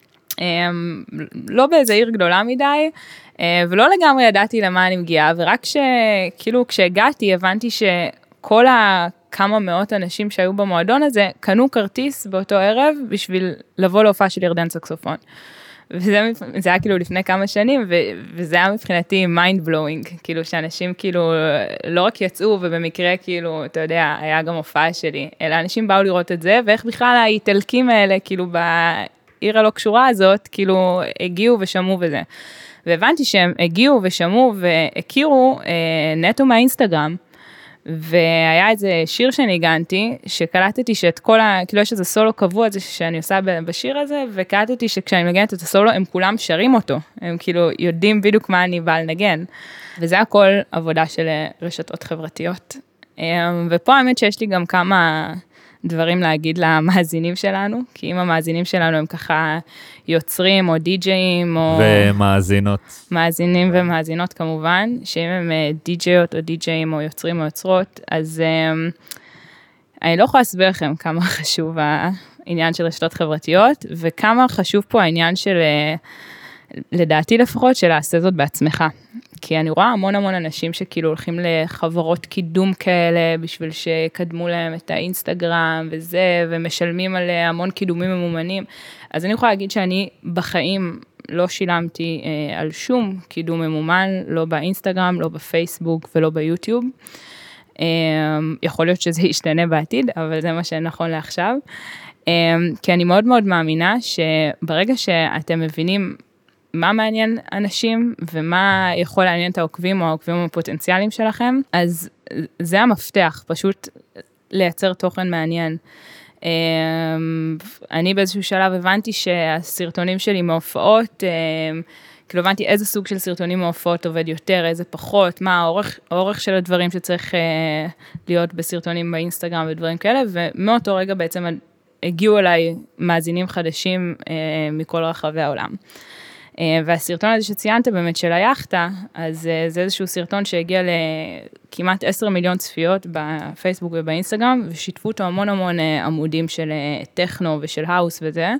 Speaker 2: לא באיזה עיר גדולה מדי, ולא לגמרי ידעתי למה אני מגיעה, ורק כאילו כשהגעתי הבנתי שכל כמה מאות אנשים שהיו במועדון הזה, קנו כרטיס באותו ערב בשביל לבוא להופעה של ירדן סקסופון. וזה היה כאילו לפני כמה שנים, וזה היה מבחינתי mind blowing, כאילו שאנשים כאילו לא רק יצאו, ובמקרה כאילו, אתה יודע, היה גם הופעה שלי, אלא אנשים באו לראות את זה, ואיך בכלל האיטלקים האלה, כאילו בעיר הלא קשורה הזאת, כאילו הגיעו ושמעו בזה. והבנתי שהם הגיעו ושמעו והכירו נטו מהאינסטגרם, והיה איזה שיר שניגנתי, שקלטתי שאת כל כאילו יש איזה סולו קבוע הזה שאני עושה בשיר הזה, וקלטתי שכשאני מנגנת את הסולו, הם כולם שרים אותו, הם כאילו יודעים בדיוק מה אני באה לנגן, וזה הכל עבודה של רשתות חברתיות. ופה האמת שיש לי גם כמה דברים להגיד למאזינים שלנו, כי אם המאזינים שלנו הם ככה יוצרים או די-ג'אים או...
Speaker 1: ומאזינות.
Speaker 2: מאזינים ומאזינות כמובן, שאם הם די-ג'יות או די-ג'אים או יוצרים או יוצרות, אז אני לא יכולה להסביר לכם כמה חשוב העניין של רשתות חברתיות, וכמה חשוב פה העניין של, לדעתי לפחות, של לעשות זאת בעצמך. כי אני רואה המון אנשים שכאילו הולכים לחברות קידום כאלה, בשביל שקדמו להם את האינסטגרם וזה, ומשלמים על המון קידומים ממומנים. אז אני יכולה להגיד שאני בחיים לא שילמתי על שום קידום ממומן, לא באינסטגרם, לא בפייסבוק ולא ביוטיוב. יכול להיות שזה ישתנה בעתיד, אבל זה מה שנכון לעכשיו. כי אני מאוד מאוד מאמינה שברגע שאתם מבינים מה מעניין אנשים, ומה יכול לעניין את העוקבים, או העוקבים הפוטנציאליים שלכם, אז זה המפתח, פשוט לייצר תוכן מעניין. אני באיזשהו שלב הבנתי שהסרטונים שלי מהופעות, כאילו הבנתי איזה סוג של סרטונים מהופעות עובד יותר, איזה פחות, מה האורך של הדברים שצריך להיות בסרטונים באינסטגרם ודברים כאלה, ומאותו רגע בעצם הגיעו אליי מאזינים חדשים מכל רחבי העולם. והסרטון הזה שציינת באמת של היחטה, אז זה איזשהו סרטון שהגיע לכמעט 10 מיליון צפיות בפייסבוק ובאינסטגרם, ושיתפו אותו המון עמודים של טכנו ושל האוס וזה.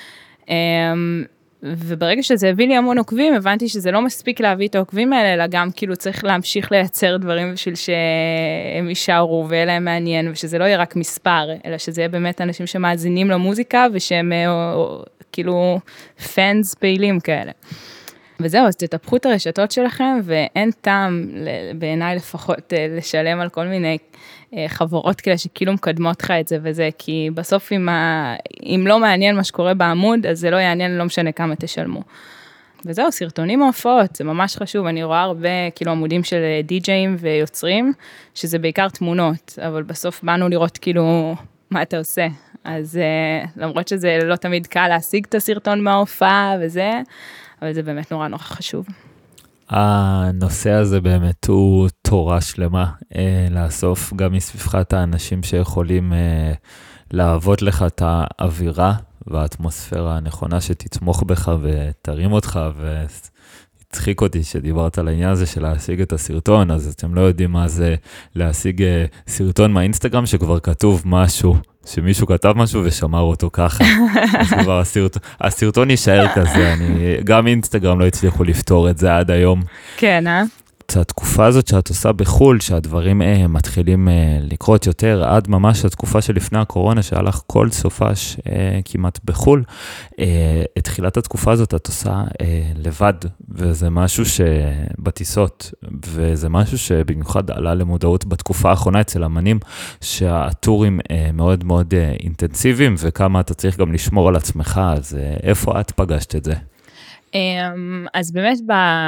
Speaker 2: וברגע שזה הביא לי המון עוקבים, הבנתי שזה לא מספיק להביא את העוקבים האלה, אלא גם כאילו צריך להמשיך לייצר דברים בשביל שהם יישארו ויהיה להם מעניין, ושזה לא יהיה רק מספר, אלא שזה יהיה באמת אנשים שמאזינים למוזיקה, ושהם כאילו פאנס פעילים כאלה. וזהו, אז תטפחו את הרשתות שלכם, ואין טעם, בעיניי לפחות, לשלם על כל מיני חברות כאלה שכאילו מקדמות לך את זה וזה, כי בסוף אם לא מעניין מה שקורה בעמוד, אז זה לא יעניין, לא משנה כמה תשלמו. וזהו, סרטונים מהופעות, זה ממש חשוב, אני רואה הרבה כאילו עמודים של די-ג'אים ויוצרים, שזה בעיקר תמונות, אבל בסוף באנו לראות כאילו מה אתה עושה. אז למרות שזה לא תמיד קל להשיג את הסרטון מההופעה וזה, אבל זה באמת נורא חשוב.
Speaker 1: הנושא הזה באמת הוא תורה שלמה לאסוף, גם מסביבך את האנשים שיכולים לעבוד לך את האווירה והאטמוספירה הנכונה שתתמוך בך ותרים אותך, והצחיק אותי שדיברת על העניין הזה של להשיג את הסרטון, אז אתם לא יודעים מה זה להשיג סרטון מהאינסטגרם שכבר כתוב משהו, שמישהו כתב משהו ושמר אותו ככה, אז כבר הסרטון יישאר כזה, גם אינסטגרם לא הצליחו לפתור את זה עד היום.
Speaker 2: כן,
Speaker 1: התקופה הזאת שאת עושה בחול, שהדברים מתחילים לקרות יותר, עד ממש התקופה שלפני הקורונה, שהלך כל סופש כמעט בחול, את תחילת התקופה הזאת את עושה לבד, וזה משהו שבטיסות, וזה משהו שבמיוחד עלה למודעות בתקופה האחרונה אצל אמנים, שהטורים מאוד מאוד אינטנסיביים, וכמה אתה צריך גם לשמור על עצמך, אז איפה את פגשת את זה?
Speaker 2: אז באמת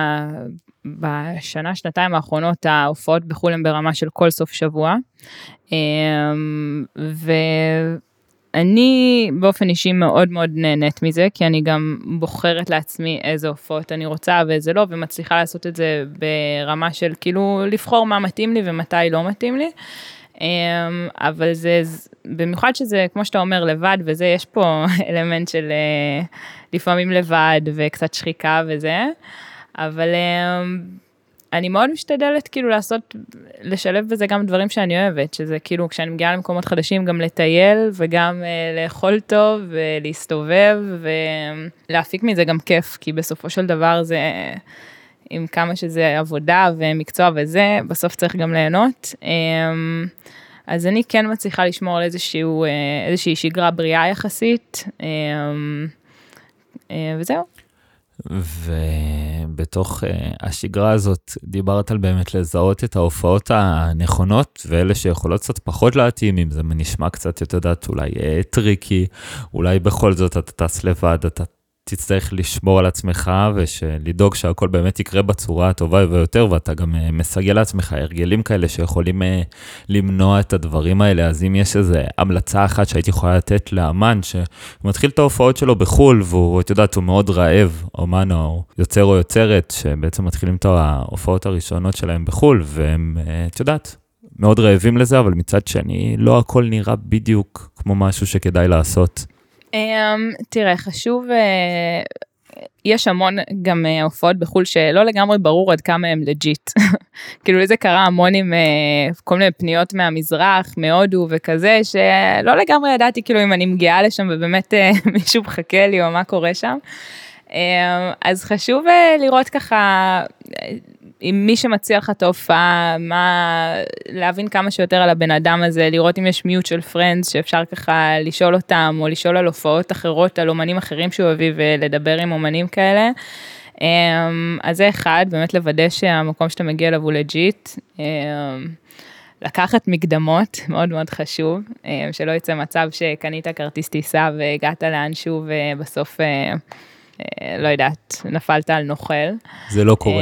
Speaker 2: בשנה, שנתיים האחרונות, ההופעות בחו"ל הן ברמה של כל סוף שבוע, ואני באופן אישי מאוד מאוד נהנית מזה, כי אני גם בוחרת לעצמי איזה הופעות אני רוצה ואיזה לא, ומצליחה לעשות את זה ברמה של כאילו לבחור מה מתאים לי ומתי לא מתאים לי, אבל זה, במיוחד שזה, כמו שאתה אומר, לבד, וזה, יש פה אלמנט של לפעמים לבד וקצת שחיקה וזה, אבל אני מאוד משתדלת כאילו לשלב בזה גם דברים שאני אוהבת, שזה כאילו כשאני מגיעה למקומות חדשים גם לטייל וגם לאכול טוב ולהסתובב ולהפיק מזה גם כיף, כי בסופו של דבר זה, עם כמה שזה עבודה ומקצוע וזה, בסוף צריך גם ליהנות. אז אני כן מצליחה לשמור על איזושהי שגרה בריאה יחסית, וזהו.
Speaker 1: ובתוך השגרה הזאת דיברת על באמת לזהות את ההופעות הנכונות, ואלה שיכולות קצת פחות להתאים, אם זה נשמע קצת, את יודעת, אולי טריקי, אולי בכל זאת אתה טס לבד, אתה תצטרך לשמור על עצמך, ולדאוג שהכל באמת יקרה בצורה הטובה ויותר, ואתה גם מסגל לעצמך הרגלים כאלה שיכולים למנוע את הדברים האלה. אז אם יש איזו המלצה אחת שהייתי יכולה לתת לאמן, שהוא מתחיל את ההופעות שלו בחול, והוא, את יודעת, הוא מאוד רעב, אומן או יוצר או יוצרת, שבעצם מתחילים את ההופעות הראשונות שלהם בחול, והם, את יודעת, מאוד רעבים לזה, אבל מצד שני, לא הכל נראה בדיוק כמו משהו שכדאי לעשות.
Speaker 2: תראה, חשוב, יש המון גם הופעות בחול שלא לגמרי ברור עד כמה הם לג'יט. כאילו זה קרה המון עם כל מיני פניות מהמזרח, מהודו וכזה, שלא לגמרי ידעתי כאילו אם אני מגיעה לשם ובאמת מישהו מחכה לי או מה קורה שם. אז חשוב לראות ככה, עם מי שמציע לך את ההופעה, להבין כמה שיותר על הבן אדם הזה, לראות אם יש mutual friends שאפשר ככה לשאול אותם, או לשאול על הופעות אחרות, על אומנים אחרים שהוא הביא, ולדבר עם אומנים כאלה. אז זה אחד, באמת לוודא שהמקום שאתה מגיע אליו הוא לג'יט, לקחת מקדמות, מאוד מאוד חשוב, שלא יצא מצב שקנית כרטיס טיסה והגעת לאנשהו ובסוף, לא יודעת, נפלת על נוכל.
Speaker 1: זה לא קורה.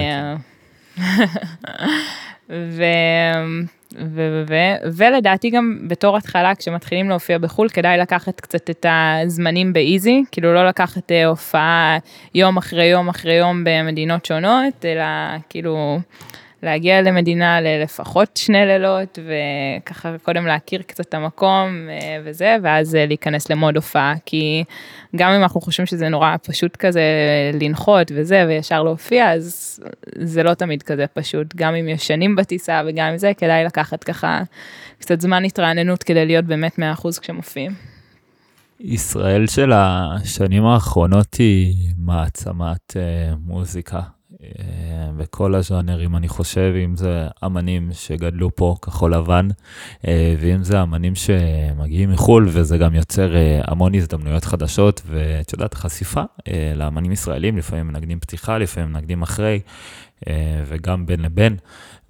Speaker 2: ולדעתי גם בתור התחלה, כשמתחילים להופיע בחול, כדאי לקחת קצת את הזמנים באיזי, כאילו לא לקחת הופעה יום אחרי יום אחרי יום במדינות שונות, אלא כאילו להגיע למדינה לפחות 2 לילות, וככה קודם להכיר קצת את המקום וזה, ואז להיכנס למוד הופעה, כי גם אם אנחנו חושבים שזה נורא פשוט כזה לנחות וזה, וישר להופיע, אז זה לא תמיד כזה פשוט, גם אם יש שנים בטיסה וגם עם זה, כדאי לקחת ככה קצת זמן התרעננות, כדי להיות באמת 100% כשמופיעים.
Speaker 1: ישראל של השנים האחרונות היא מעצמת מוזיקה. בכל הז'אנרים, אני חושב, אם זה אמנים שגדלו פה כחול לבן, ואם זה אמנים שמגיעים מחול, וזה גם יוצר המון הזדמנויות חדשות, ואת יודעת, חשיפה לאמנים ישראלים, לפעמים מנגנים פתיחה, לפעמים מנגנים אחרי, וגם בין לבין,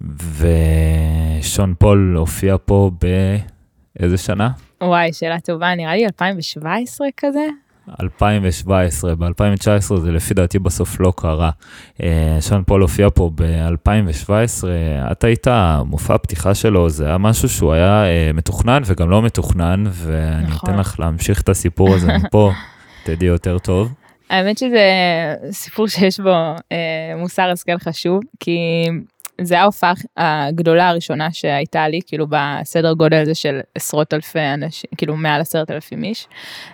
Speaker 1: ושון פול הופיע פה באיזה שנה?
Speaker 2: וואי, שאלה טובה, נראה לי 2017 כזה?
Speaker 1: 2017, ב-2019 זה לפי דעתי בסוף לא קרה. שון פול הופיע פה ב-2017, את היית מופע הפתיחה שלו, זה היה משהו שהוא היה מתוכנן וגם לא מתוכנן, ואני אתן לך להמשיך את הסיפור הזה מפה, תדעי יותר טוב.
Speaker 2: האמת שזה סיפור שיש בו מוסר השכל חשוב, כי זה ההופעה הגדולה הראשונה שהייתה לי, כאילו בסדר גודל הזה של עשרות אלפי אנשים, כאילו מעל 10,000 איש.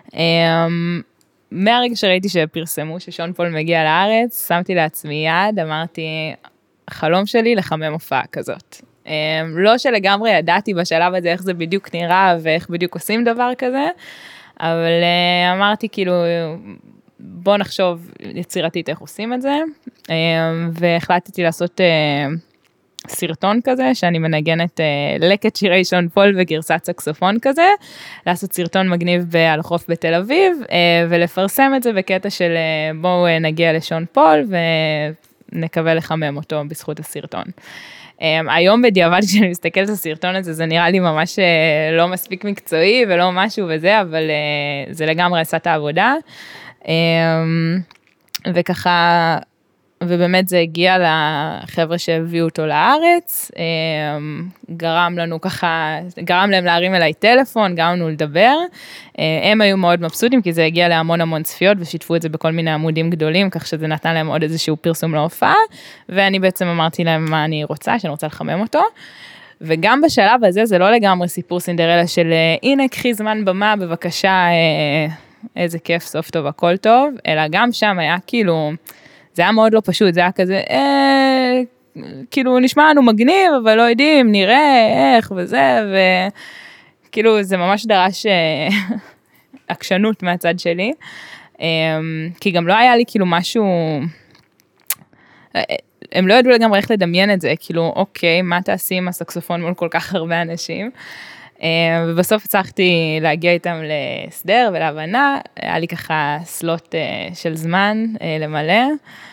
Speaker 2: מהרגע שראיתי שפרסמו ששון פול מגיע לארץ, שמתי לעצמי יד, אמרתי, חלום שלי לחמם הופעה כזאת. לא שלגמרי ידעתי בשלב הזה איך זה בדיוק נראה, ואיך בדיוק עושים דבר כזה, אבל אמרתי כאילו, בוא נחשוב יצירתית איך עושים את זה, והחלטתי לעשות סרטון כזה, שאני מנגנת לקט שירי שון פול וגרסת סקסופון כזה, לעשות סרטון מגניב על החוף בתל אביב, ולפרסם את זה בקטע של בואו נגיע לשון פול, ונקווה לחמם אותו בזכות הסרטון. היום בדיעבד כשאני מסתכלת על הסרטון הזה, זה נראה לי ממש לא מספיק מקצועי ולא משהו וזה, אבל זה לגמרי עשה את העבודה. וככה, ובאמת זה הגיע לחבר'ה שהביאו אותו לארץ, גרם לנו ככה, גרם להם להרים אליי טלפון, גרם לנו לדבר, הם היו מאוד מבסוטים, כי זה הגיע להמון המון צפיות, ושיתפו את זה בכל מיני עמודים גדולים, כך שזה נתן להם עוד איזשהו פרסום להופעה, ואני בעצם אמרתי להם מה אני רוצה, שאני רוצה לחמם אותו, וגם בשלב הזה זה לא לגמרי סיפור סינדרלה של הנה קחי זמן במה, בבקשה, איזה כיף, סוף טוב, הכל טוב, אלא גם שם היה כאילו, זה היה מאוד לא פשוט, זה היה כזה, כאילו נשמע לנו מגניב, אבל לא יודעים, נראה איך וזה, וכאילו זה ממש דרש עקשנות מהצד שלי, כי גם לא היה לי כאילו משהו, הם לא ידעו לגמרי איך לדמיין את זה, כאילו אוקיי, מה תעשי עם הסקסופון מול כל כך הרבה אנשים, ובסוף הצלחתי להגיע איתם לסדר ולהבנה, היה לי ככה סלוט של זמן למלא,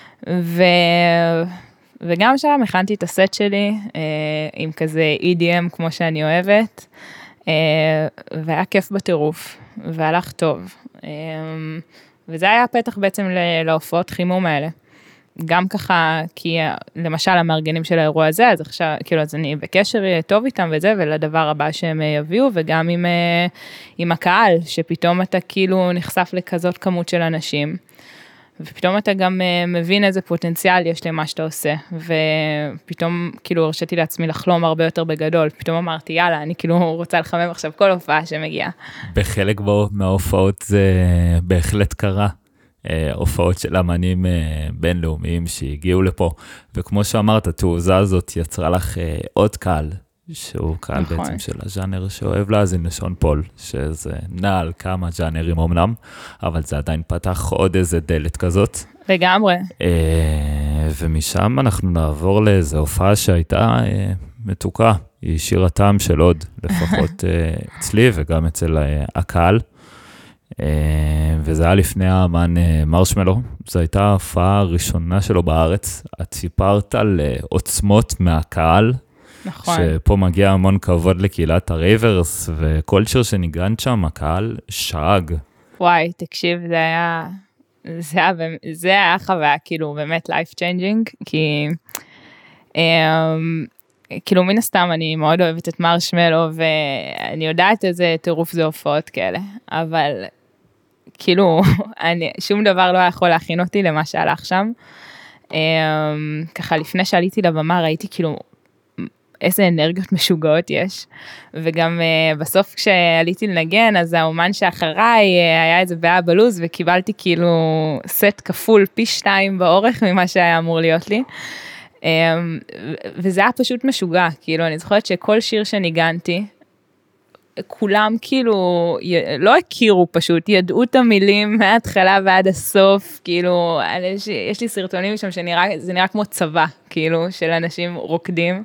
Speaker 2: וגם שם הכנתי את הסט שלי, עם כזה EDM כמו שאני אוהבת, והיה כיף בטירוף, והלך טוב, וזה היה פתח בעצם להופעות חימום האלה. גם ככה, כי למשל המארגנים של האירוע הזה, אז עכשיו, כאילו, אז אני בקשר טוב איתם וזה, ולדבר הבא שהם יביאו, וגם עם הקהל, שפתאום אתה כאילו נחשף לכזאת כמות של אנשים, ופתאום אתה גם מבין איזה פוטנציאל יש למה שאתה עושה, ופתאום כאילו הרשיתי לעצמי לחלום הרבה יותר בגדול, פתאום אמרתי, יאללה, אני כאילו רוצה לחמם עכשיו כל הופעה שמגיעה.
Speaker 1: בחלק מההופעות זה בהחלט קרה. הופעות של אמנים בינלאומיים שהגיעו לפה, וכמו שאמרת, התעוזה הזאת יצרה לך עוד קהל, שהוא קהל נכון. בעצם של הז'אנר שאוהב להאזין לשון פול, שזה נע על כמה ז'אנרים אמנם, אבל זה עדיין פתח עוד איזה דלת כזאת.
Speaker 2: לגמרי.
Speaker 1: ומשם אנחנו נעבור לאיזו הופעה שהייתה מתוקה, היא שיר הטעם של עוד, לפחות אצלי וגם אצל הקהל. וזה היה לפני האמן מרשמלו, זו הייתה ההופעה הראשונה שלו בארץ, את סיפרת על עוצמות מהקהל,
Speaker 2: נכון.
Speaker 1: שפה מגיע המון כבוד לקהילת הרייברס, וכל שיר שניגנת שם, הקהל שאג.
Speaker 2: וואי, תקשיב, זה היה חוויה כאילו באמת life changing, כי כאילו מן הסתם אני מאוד אוהבת את מרשמלו, ואני יודעת איזה טירוף זה הופעות כאלה, אבל כאילו, שום דבר לא יכול להכין אותי למה שהלך שם. ככה, לפני שעליתי לבמה, ראיתי כאילו, איזה אנרגיות משוגעות יש. וגם בסוף כשעליתי לנגן, אז האומן שאחריי היה איזה בעיה בלוז, וקיבלתי כאילו סט כפול פי 2 באורך ממה שהיה אמור להיות לי. וזה היה פשוט משוגע, כאילו, אני זוכרת שכל שיר שניגנתי, כולם כאילו לא הכירו פשוט, ידעו את המילים מההתחלה ועד הסוף, כאילו, יש לי סרטונים שם שזה נראה כמו צבא, כאילו, של אנשים רוקדים,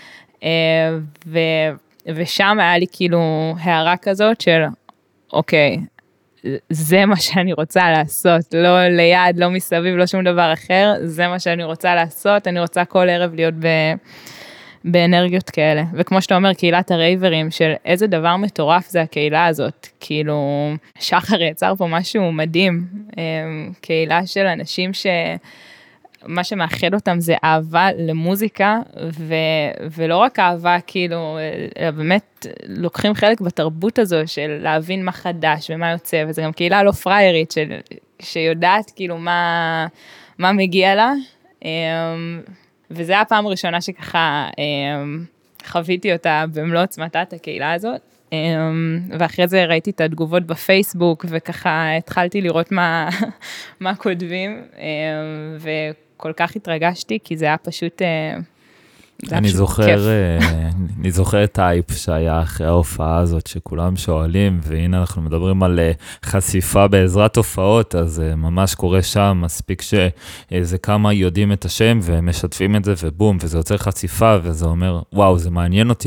Speaker 2: ושם היה לי כאילו הערה כזאת של, אוקיי, זה מה שאני רוצה לעשות, לא ליד, לא מסביב, לא שום דבר אחר, זה מה שאני רוצה לעשות, אני רוצה כל ערב להיות באנרגיות כאלה, וכמו שאתה אומר, קהילת הרייברים, של איזה דבר מטורף זה הקהילה הזאת, כאילו, שחר יצר פה משהו מדהים, קהילה של אנשים מה שמאחד אותם זה אהבה למוזיקה, ולא רק אהבה, כאילו, באמת לוקחים חלק בתרבות הזו, של להבין מה חדש ומה יוצא, וזה גם קהילה לא פריירית, שיודעת כאילו מה מגיע לה, וזה הפעם הראשונה שככה חוויתי אותה במלוא עוצמתה, הקהילה הזאת, ואחרי זה ראיתי את התגובות בפייסבוק, וככה התחלתי לראות מה כותבים, וכל כך התרגשתי, כי זה היה פשוט
Speaker 1: אני זוכר את האייפ שהיה אחרי ההופעה הזאת, שכולם שואלים, והנה אנחנו מדברים על חשיפה בעזרת הופעות, אז ממש קורה שם, מספיק שזה כמה יודעים את השם, ומשתפים את זה, ובום, וזה יוצר חשיפה, וזה אומר, וואו, זה מעניין אותי.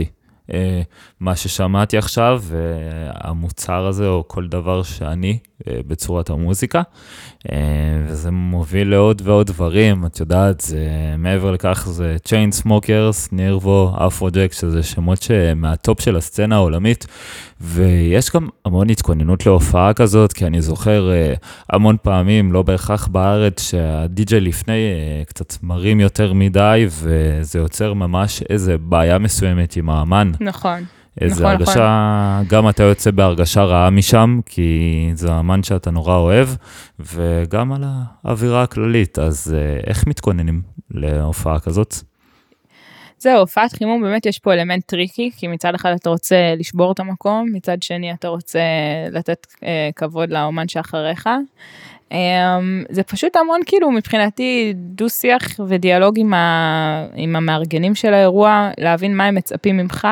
Speaker 1: מה ששמעתי עכשיו, המוצר הזה, או כל דבר שאני, בצורת המוזיקה, וזה מוביל לעוד ועוד דברים, את יודעת, מעבר לכך זה Chainsmokers, Nervo, Afrojack, שזה שמות שמהטופ של הסצנה העולמית, ויש גם המון התכוננות להופעה כזאת, כי אני זוכר המון פעמים, לא בהכרח בארץ, שהדי-ג'יי לפני קצת מרים יותר מדי, וזה יוצר ממש איזה בעיה מסוימת עם האמן.
Speaker 2: נכון.
Speaker 1: איזה הרגשה, גם אתה יוצא בהרגשה רעה משם, כי זה האמן שאתה נורא אוהב, וגם על האווירה הכללית, אז איך מתכוננים להופעה כזאת?
Speaker 2: זהו, הופעת חימום, באמת יש פה אלמנט טריקי, כי מצד אחד אתה רוצה לשבור את המקום, מצד שני אתה רוצה לתת כבוד לאומן שאחריך. זה פשוט המון כאילו מבחינתי דו שיח ודיאלוג עם המארגנים של האירוע, להבין מה הם מצפים ממך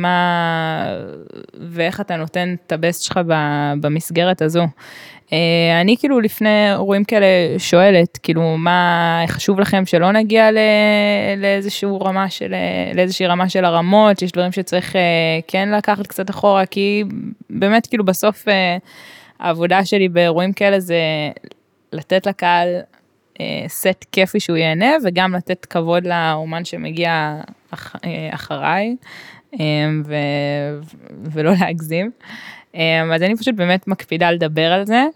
Speaker 2: ואיך אתה נותן את הבסט שלך במסגרת הזו. אני כאילו לפני אירועים כאלה שואלת, כאילו מה חשוב לכם שלא נגיע לאיזושהי רמה של הרמות, שיש דברים שצריך כן לקחת קצת אחורה, כי באמת כאילו בסוף העבודה שלי באירועים כאלה זה לתת לקהל סט כיפי שהוא ייהנה, וגם לתת כבוד לאומן שמגיע אחריי, ולא להגזים. אז אני פשוט באמת מקפידה לדבר על זה,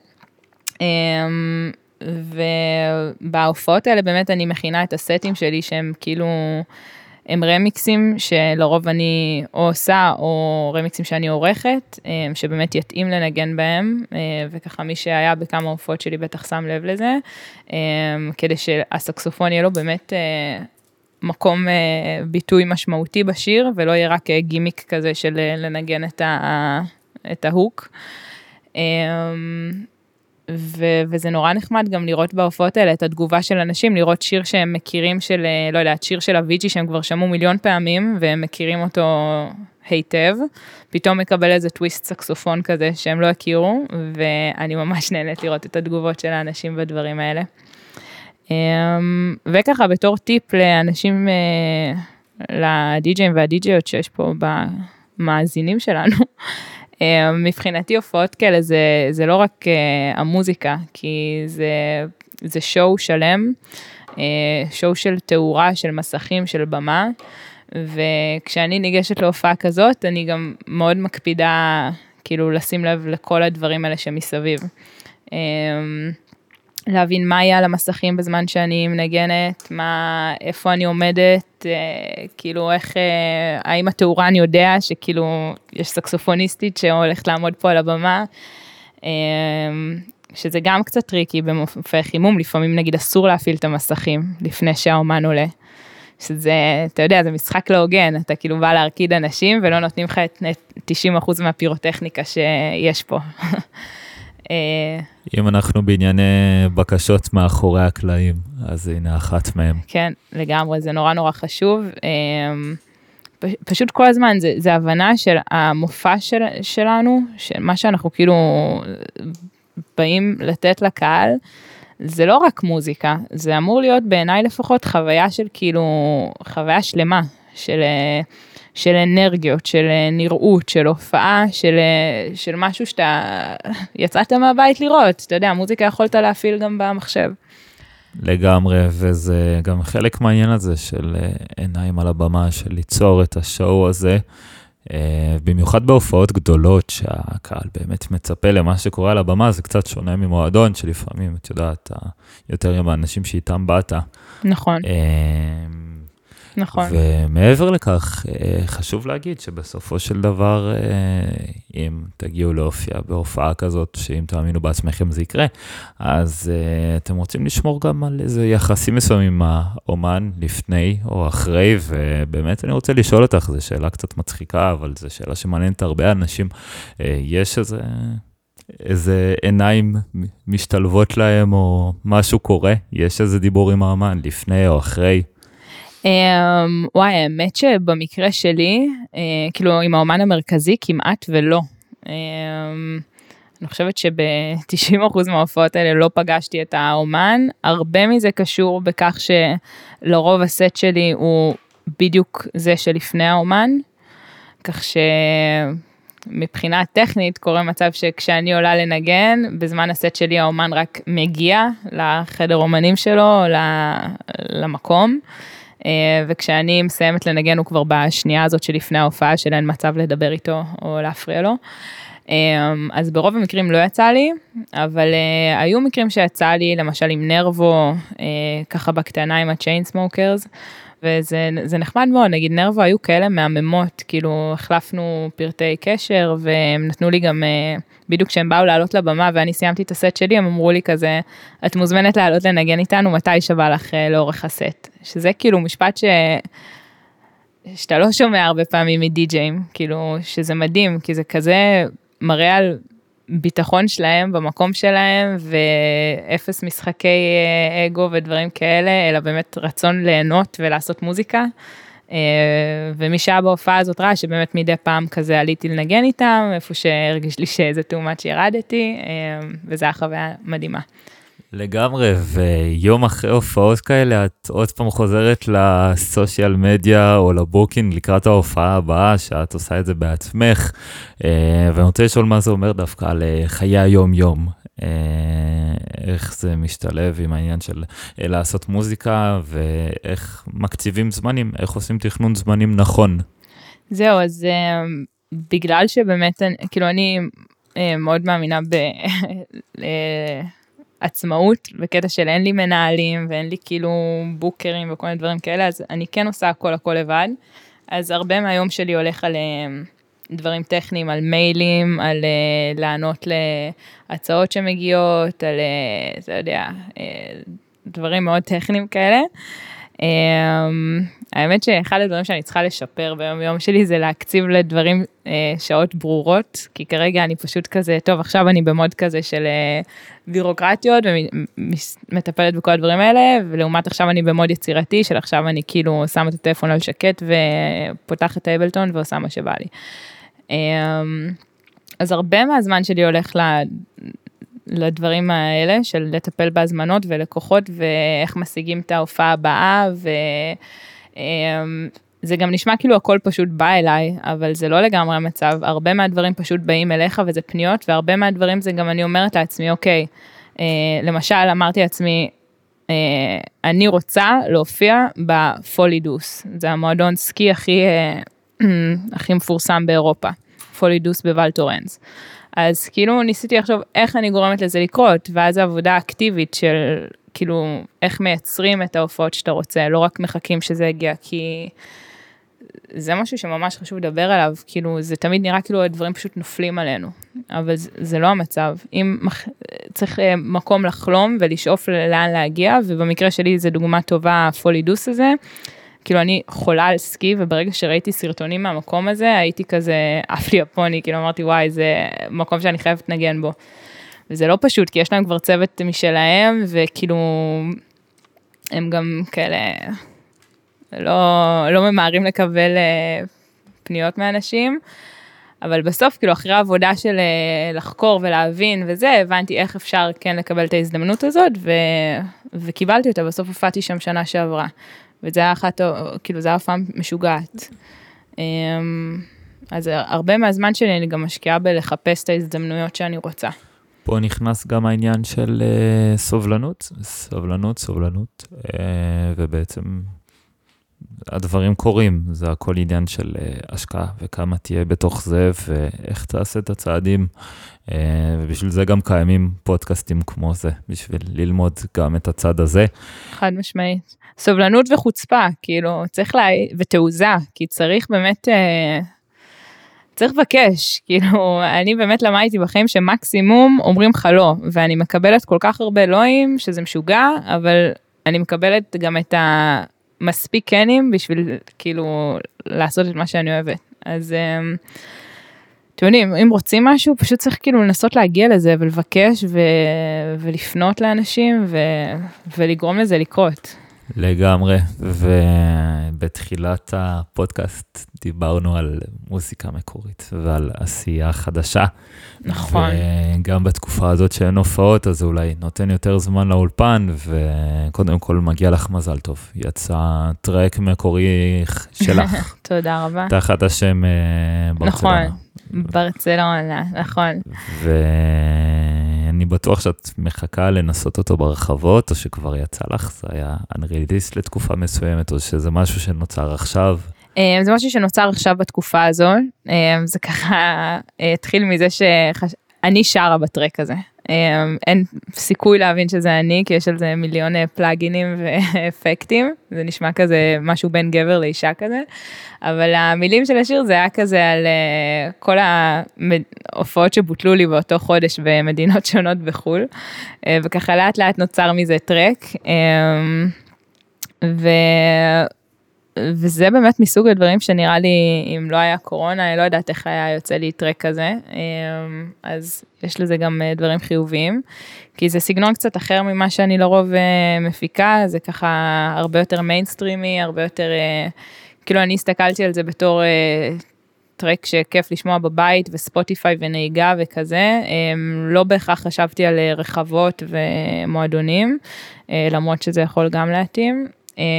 Speaker 2: ובהופעות האלה באמת אני מכינה את הסטים שלי שהם כאילו, הם רמיקסים שלרוב אני או עושה, או רמיקסים שאני עורכת, שבאמת יתאים לנגן בהם, וככה מי שהיה בכמה הופעות שלי בטח שם לב לזה, כדי שהסקסופון יהיה לו באמת מקום ביטוי משמעותי בשיר, ולא יהיה רק גימיק כזה של לנגן את ההוק. וזה נורא נחמד גם לראות בהופעות האלה את התגובה של אנשים, לראות שיר שהם מכירים של, לא יודעת, שיר של אביג'י שהם כבר שמעו מיליון פעמים, והם מכירים אותו היטב, פתאום מקבל איזה טוויסט סקסופון כזה שהם לא הכירו, ואני ממש נהנית לראות את התגובות של האנשים בדברים האלה. וככה בתור טיפ לאנשים, לדי-ג'יים והדי-ג'יות שיש פה במאזינים שלנו, מבחינתי הופעות כאלה זה לא רק המוזיקה, כי זה שואו שלם, שואו של תאורה, של מסכים, של במה, וכשאני ניגשת להופעה כזאת, אני גם מאוד מקפידה כאילו לשים לב לכל הדברים האלה שמסביב. להבין מה יהיה על המסכים בזמן שאני מנגנת, איפה אני עומדת, כאילו איך, האם התאורה אני יודע שכאילו יש סקסופוניסטית שהולכת לעמוד פה על הבמה, שזה גם קצת טריקי במופעי חימום, לפעמים נגיד אסור להפעיל את המסכים לפני שהאומן עולה, שזה, אתה יודע, זה משחק לא הוגן, אתה כאילו בא להרקיד אנשים ולא נותנים לך את 90% מהפירוטכניקה שיש פה.
Speaker 1: אם אנחנו בענייני בקשות מאחורי הקלעים, אז הנה אחת מהם.
Speaker 2: כן, לגמרי, זה נורא נורא חשוב. פשוט כל הזמן, זה הבנה של המופע שלנו, של מה שאנחנו כאילו באים לתת לקהל, זה לא רק מוזיקה, זה אמור להיות בעיניי לפחות חוויה של כאילו, חוויה שלמה, של אנרגיות, של נראות, של הופעה, של משהו שאתה יצאת מהבית לראות, אתה יודע, מוזיקה יכולת להפעיל גם במחשב.
Speaker 1: לגמרי, וזה גם חלק מהעניין הזה של עיניים על הבמה, של ליצור את השואו הזה, במיוחד בהופעות גדולות, שהקהל באמת מצפה למה שקורה על הבמה, זה קצת שונה ממועדון, שלפעמים, את יודעת, יותר עם האנשים שאיתם באת.
Speaker 2: נכון. נכון.
Speaker 1: ומעבר לכך, חשוב להגיד שבסופו של דבר, אם תגיעו להופיע בהופעה כזאת, שאם תאמינו בעצמכם זה יקרה, אז אתם רוצים לשמור גם על איזה יחסים מסוימים עם האומן לפני או אחרי, ובאמת אני רוצה לשאול אותך, זו שאלה קצת מצחיקה, אבל זו שאלה שמעניינת הרבה אנשים, יש איזה עיניים משתלבות להם או משהו קורה? יש איזה דיבור עם האומן לפני או אחרי?
Speaker 2: וואי, האמת שבמקרה שלי, כאילו עם האומן המרכזי כמעט ולא. אני חושבת שב-90% מההופעות האלה לא פגשתי את האומן, הרבה מזה קשור בכך שלרוב הסט שלי הוא בדיוק זה שלפני האומן, כך שמבחינה טכנית קורה מצב שכשאני עולה לנגן, בזמן הסט שלי האומן רק מגיע לחדר אומנים שלו, למקום, וכשאני מסיימת לנגן הוא כבר בשנייה הזאת שלפני ההופעה, שאין מצב לדבר איתו או להפריע לו. אז ברוב המקרים לא יצא לי, אבל היו מקרים שיצא לי, למשל עם נרבו, ככה בקטנה עם ה-Chainsmokers, וזה נחמד מאוד, נגיד נרבו היו כאלה מהממות, כאילו החלפנו פרטי קשר, והם נתנו לי גם, בדיוק כשהם באו לעלות לבמה, ואני סיימתי את הסט שלי, הם אמרו לי כזה, את מוזמנת לעלות לנגן איתנו, מתי שבא לך לאורך הסט, שזה כאילו משפט שאתה לא שומע הרבה פעמים מדי-ג'יים, כאילו שזה מדהים, כי זה כזה מראה על ביטחון שלהם במקום שלהם, ואפס משחקי אגו ודברים כאלה, אלא באמת רצון ליהנות ולעשות מוזיקה, ומי שהיה בהופעה הזאת ראה שבאמת מדי פעם כזה עליתי לנגן איתם, איפה שהרגיש לי שזה תאומת שירדתי, וזו היה חוויה מדהימה.
Speaker 1: לגמרי, ויום אחרי הופעות כאלה, את עוד פעם חוזרת לסושיאל מדיה או לבוקינג לקראת ההופעה הבאה, שאת עושה את זה בעצמך, ואני רוצה לשאול מה זה אומר דווקא על חיי היום-יום, איך זה משתלב עם העניין של לעשות מוזיקה, ואיך מקציבים זמנים, איך עושים תכנון זמנים נכון.
Speaker 2: זהו, אז בגלל שבאמת, כאילו אני מאוד מאמינה עצמאות, בקטע של אין לי מנהלים, ואין לי כאילו בוקרים וכל מיני דברים כאלה, אז אני כן עושה הכל לבד, אז הרבה מהיום שלי הולך על דברים טכניים, על מיילים, על לענות להצעות שמגיעות, על, אתה יודע, דברים מאוד טכניים כאלה. האמת שאחד הדברים שאני צריכה לשפר ביום יום שלי, זה להקציב לדברים שעות ברורות, כי כרגע אני פשוט כזה, טוב, עכשיו אני במוד כזה של בירוקרטיות, ומטפלת בכל הדברים האלה, ולעומת עכשיו אני במוד יצירתי, של עכשיו אני כאילו שמה את הטלפון על שקט, ופותחת את האבלטון, ועושה מה שבא לי. אז הרבה מהזמן שלי הולך לדברים האלה, של לטפל בהזמנות ולקוחות, ואיך משיגים את ההופעה הבאה, זה גם נשמע כאילו הכל פשוט בא אליי, אבל זה לא לגמרי המצב, הרבה מהדברים פשוט באים אליך, וזה פניות, והרבה מהדברים זה גם אני אומרת לעצמי, אוקיי, למשל אמרתי לעצמי, אני רוצה להופיע בפולידוס, זה המועדון סקי הכי מפורסם באירופה, פולידוס בוואל טורנס. אז כאילו ניסיתי לחשוב איך אני גורמת לזה לקרות, ואז העבודה האקטיבית של כאילו איך מייצרים את ההופעות שאתה רוצה, לא רק מחכים שזה יגיע, כי זה משהו שממש חשוב לדבר עליו, כאילו זה תמיד נראה כאילו הדברים פשוט נופלים עלינו, אבל זה לא המצב, אם צריך מקום לחלום ולשאוף לאן להגיע, ובמקרה שלי זה דוגמה טובה, הפולידוס הזה, כאילו אני חולה על סקי, וברגע שראיתי סרטונים מהמקום הזה, הייתי כזה אף לי יפוני, כאילו אמרתי וואי, זה מקום שאני חייבת לנגן בו. וזה לא פשוט, כי יש להם כבר צוות משלהם, וכאילו, הם גם כאלה, לא ממהרים לקבל פניות מאנשים, אבל בסוף, כאילו, אחרי העבודה של לחקור ולהבין וזה, הבנתי איך אפשר כן לקבל את ההזדמנות הזאת, וקיבלתי אותה, בסוף הופעתי שם שנה שעברה. וזה היה כאילו, זה היה פעם משוגעת. אז הרבה מהזמן שלי אני גם משקיעה בלחפש את ההזדמנויות שאני רוצה.
Speaker 1: פה נכנס גם העניין של סובלנות, ובעצם הדברים קורים, זה הכל עניין של השקעה, וכמה תהיה בתוך זה, ואיך תעשה את הצעדים, ובשביל זה גם קיימים פודקאסטים כמו זה, בשביל ללמוד גם את הצד הזה.
Speaker 2: חד משמעית. סובלנות וחוצפה, כאילו, צריך ותעוזה, כי צריך באמת, צריך לבקש, כאילו, אני באמת למדתי בחיים שמקסימום אומרים לך לא, ואני מקבלת כל כך הרבה לואים, שזה משוגע, אבל אני מקבלת גם את המספיק קנים, בשביל כאילו לעשות את מה שאני אוהבת. אז אתם יודעים, אם רוצים משהו, פשוט צריך כאילו לנסות להגיע לזה, ולבקש ולפנות לאנשים, ולגרום לזה לקרות.
Speaker 1: לגמרי, ובתחילת הפודקאסט דיברנו על מוזיקה מקורית ועל עשייה חדשה.
Speaker 2: נכון.
Speaker 1: וגם בתקופה הזאת שאין הופעות, אז אולי נותן יותר זמן לאולפן, וקודם כל מגיע לך מזל טוב. יצא טרק מקורי שלך.
Speaker 2: תודה רבה.
Speaker 1: תחת השם ברצלונה.
Speaker 2: נכון, ברצלונה, נכון.
Speaker 1: ואני בטוח שאת מחכה לנסות אותו ברחבות, או שכבר יצא לך, זה היה unreleased לתקופה מסוימת, או שזה משהו שנוצר עכשיו.
Speaker 2: זה משהו שנוצר עכשיו בתקופה הזו, זה ככה התחיל מזה שאני שרה בטרק הזה. אין סיכוי להבין שזה אני, כי יש על זה מיליון פלאגינים ואפקטים, זה נשמע כזה משהו בין גבר לאישה כזה, אבל המילים של השיר זה היה כזה על כל ההופעות שבוטלו לי באותו חודש במדינות שונות בחול, וככה לאט לאט נוצר מזה טרק, וזה באמת מסוג הדברים שנראה לי, אם לא היה קורונה, אני לא יודעת איך היה יוצא לי טרק כזה, אז יש לזה גם דברים חיוביים, כי זה סגנון קצת אחר ממה שאני לרוב מפיקה, זה ככה הרבה יותר מיינסטרימי, הרבה יותר, כאילו אני הסתכלתי על זה בתור טרק שכיף לשמוע בבית, וספוטיפיי ונהיגה וכזה, לא בהכרח חשבתי על רחבות ומועדונים, למרות שזה יכול גם להתאים,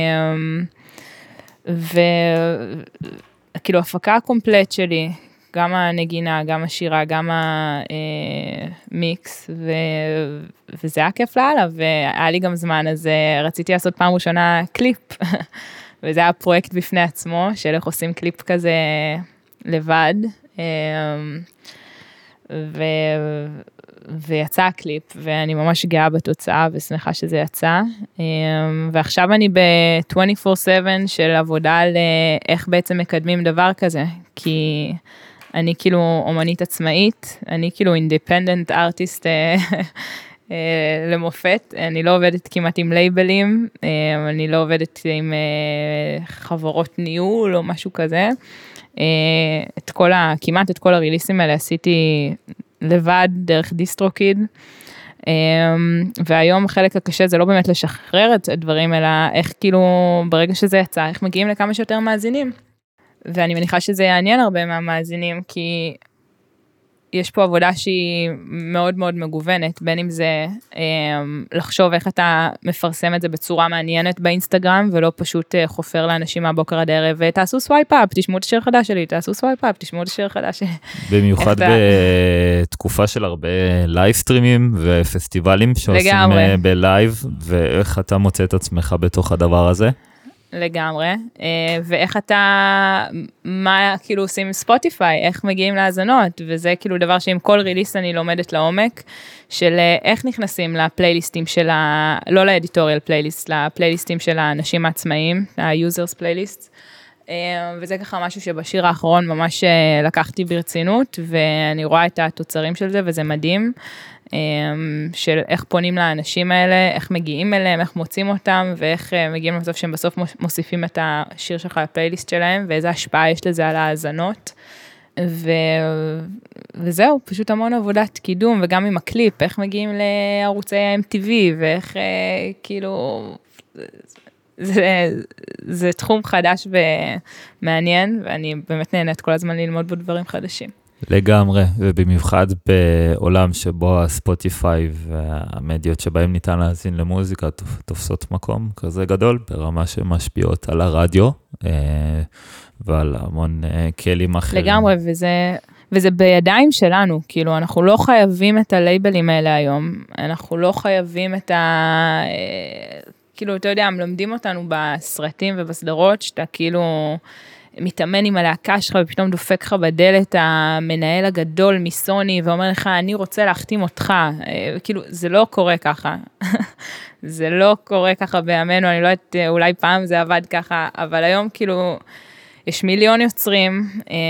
Speaker 2: וכאילו הפקה הקומפלט שלי, גם הנגינה, גם השירה, גם המיקס, וזה היה כיף לאללה, והיה לי גם זמן, אז רציתי לעשות פעם ראשונה קליפ, וזה היה פרויקט בפני עצמו, של איך עושים קליפ כזה לבד, ויצא הקליפ, ואני ממש גאה בתוצאה, ושמחה שזה יצא, ועכשיו אני ב-24/7 של עבודה על איך בעצם מקדמים דבר כזה, כי אני כאילו אומנית עצמאית, אני כאילו אינדיפנדנט ארטיסט למופת, אני לא עובדת כמעט עם לייבלים, אני לא עובדת עם חברות ניהול או משהו כזה, כמעט את כל הריליסים האלה עשיתי לבד דרך דיסטרוקיד, והיום החלק הקשה זה לא באמת לשחרר את הדברים, אלא איך כאילו ברגע שזה יצא, איך מגיעים לכמה שיותר מאזינים, ואני מניחה שזה יעניין הרבה מהמאזינים, כי יש פה עבודה שהיא מאוד מאוד מגוונת, בין אם זה לחשוב איך אתה מפרסם את זה בצורה מעניינת באינסטגרם, ולא פשוט חופר לאנשים מהבוקר עד הערב, ותעשו סווייפ אפ, תשמעו את השיר החדש שלי, תעשו סווייפ אפ, תשמעו את השיר החדש שלי.
Speaker 1: במיוחד בתקופה של הרבה לייבסטרימים ופסטיבלים שעושים בלייב, ואיך אתה מוצא את עצמך בתוך הדבר הזה?
Speaker 2: לגמרי, ואיך אתה, מה כאילו עושים עם ספוטיפיי, איך מגיעים להאזנות, וזה כאילו דבר שעם כל ריליס אני לומדת לעומק, של איך נכנסים לפלייליסטים של לא לאדיטוריאל פלייליסט, לפלייליסטים של האנשים העצמאיים, ה-users פלייליסט, וזה ככה משהו שבשיר האחרון ממש לקחתי ברצינות, ואני רואה את התוצרים של זה, וזה מדהים, של איך פונים לאנשים האלה, איך מגיעים אליהם, איך מוצאים אותם, ואיך מגיעים למצב שהם בסוף מוסיפים את השיר שלך לפלייליסט שלהם, ואיזה השפעה יש לזה על האזנות, וזהו, פשוט המון עבודת קידום, וגם עם הקליפ, איך מגיעים לערוצי MTV, ואיך כאילו, זה תחום חדש ומעניין, ואני באמת נהנית כל הזמן ללמוד בו דברים חדשים.
Speaker 1: לגמרי, ובמיוחד בעולם שבו הספוטיפיי והמדיות שבהם ניתן להאזין למוזיקה תופסות מקום כזה גדול, ברמה שמשפיעות על הרדיו ועל המון כלים אחרים.
Speaker 2: לגמרי, וזה בידיים שלנו, כאילו אנחנו לא חייבים את הלייבלים האלה היום, אנחנו לא חייבים את כאילו אתה יודע, מלמדים אותנו בסרטים ובסדרות, שאתה כאילו מתאמן עם הלהקה שלך, ופתאום דופק לך בדלת המנהל הגדול מסוני, ואומר לך, אני רוצה להחתים אותך, כאילו, זה לא קורה ככה, זה לא קורה ככה בימינו, אני לא יודעת, אולי פעם זה עבד ככה, אבל היום כאילו, יש מיליון יוצרים,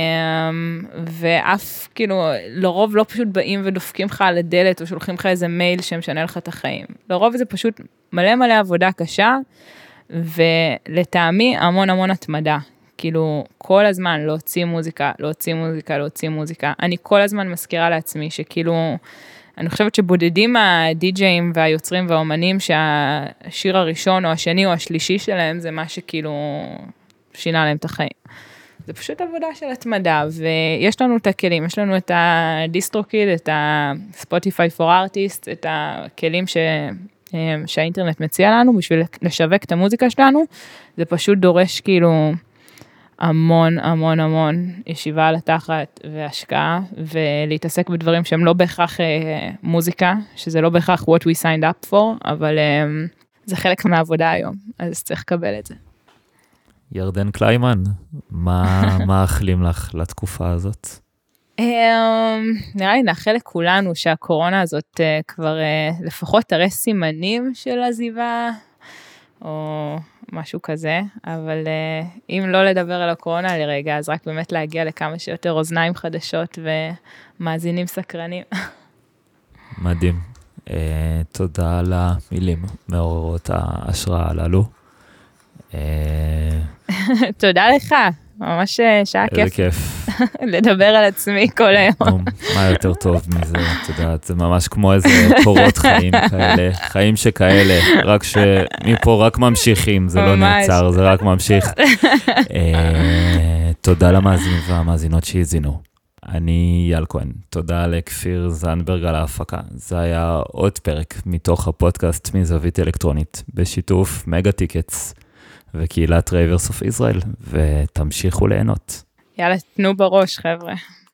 Speaker 2: ואף כאילו, לרוב לא פשוט באים ודופקים לך על הדלת, או שולחים לך איזה מייל שמשנה לך את החיים, לרוב זה פשוט מלא מלא עבודה קשה, ולטעמי המון המון התמדה, כאילו כל הזמן להוציא מוזיקה, להוציא מוזיקה, להוציא מוזיקה, אני כל הזמן מזכירה לעצמי שכאילו, אני חושבת שבודדים הדי-ג'אים והיוצרים והאומנים שהשיר הראשון או השני או השלישי שלהם זה מה שכאילו שינה להם את החיים. זה פשוט עבודה של התמדה, ויש לנו את הכלים, יש לנו את הדיסטרוקיד, את ה-Spotify for Artists, את הכלים שהאינטרנט מציע לנו בשביל לשווק את המוזיקה שלנו, זה פשוט דורש כאילו המון המון המון ישיבה על התחת והשקעה, ולהתעסק בדברים שהם לא בהכרח מוזיקה, שזה לא בהכרח what we signed up for, אבל זה חלק מהעבודה היום, אז צריך לקבל את זה.
Speaker 1: ירדן קליימן, מה מאחלים לך לתקופה הזאת?
Speaker 2: נראה לי נאחל לכולנו שהקורונה הזאת כבר לפחות תראה סימנים של עזיבה, או משהו כזה, אבל אם לא לדבר על הקורונה לרגע, אז רק באמת להגיע לכמה שיותר אוזניים חדשות ומאזינים סקרנים.
Speaker 1: מדהים. תודה על המילים מעוררות ההשראה הללו.
Speaker 2: תודה לך, ממש שעה כיף.
Speaker 1: איזה כיף.
Speaker 2: לדבר על עצמי כל היום.
Speaker 1: מה יותר טוב מזה, את יודעת, זה ממש כמו איזה קורות חיים כאלה, חיים שכאלה, רק שמפה רק ממשיכים, זה לא נעצר, זה רק ממשיך. תודה למאזינים והמאזינות שהזינו. אני יאל כהן, תודה לכפיר זנברג על ההפקה. זה היה עוד פרק מתוך הפודקאסט מזווית אלקטרונית, בשיתוף מגה טיקטס וקהילת רייברס אוף ישראל, ותמשיכו ליהנות.
Speaker 2: יאללה, תנו בראש, חבר'ה.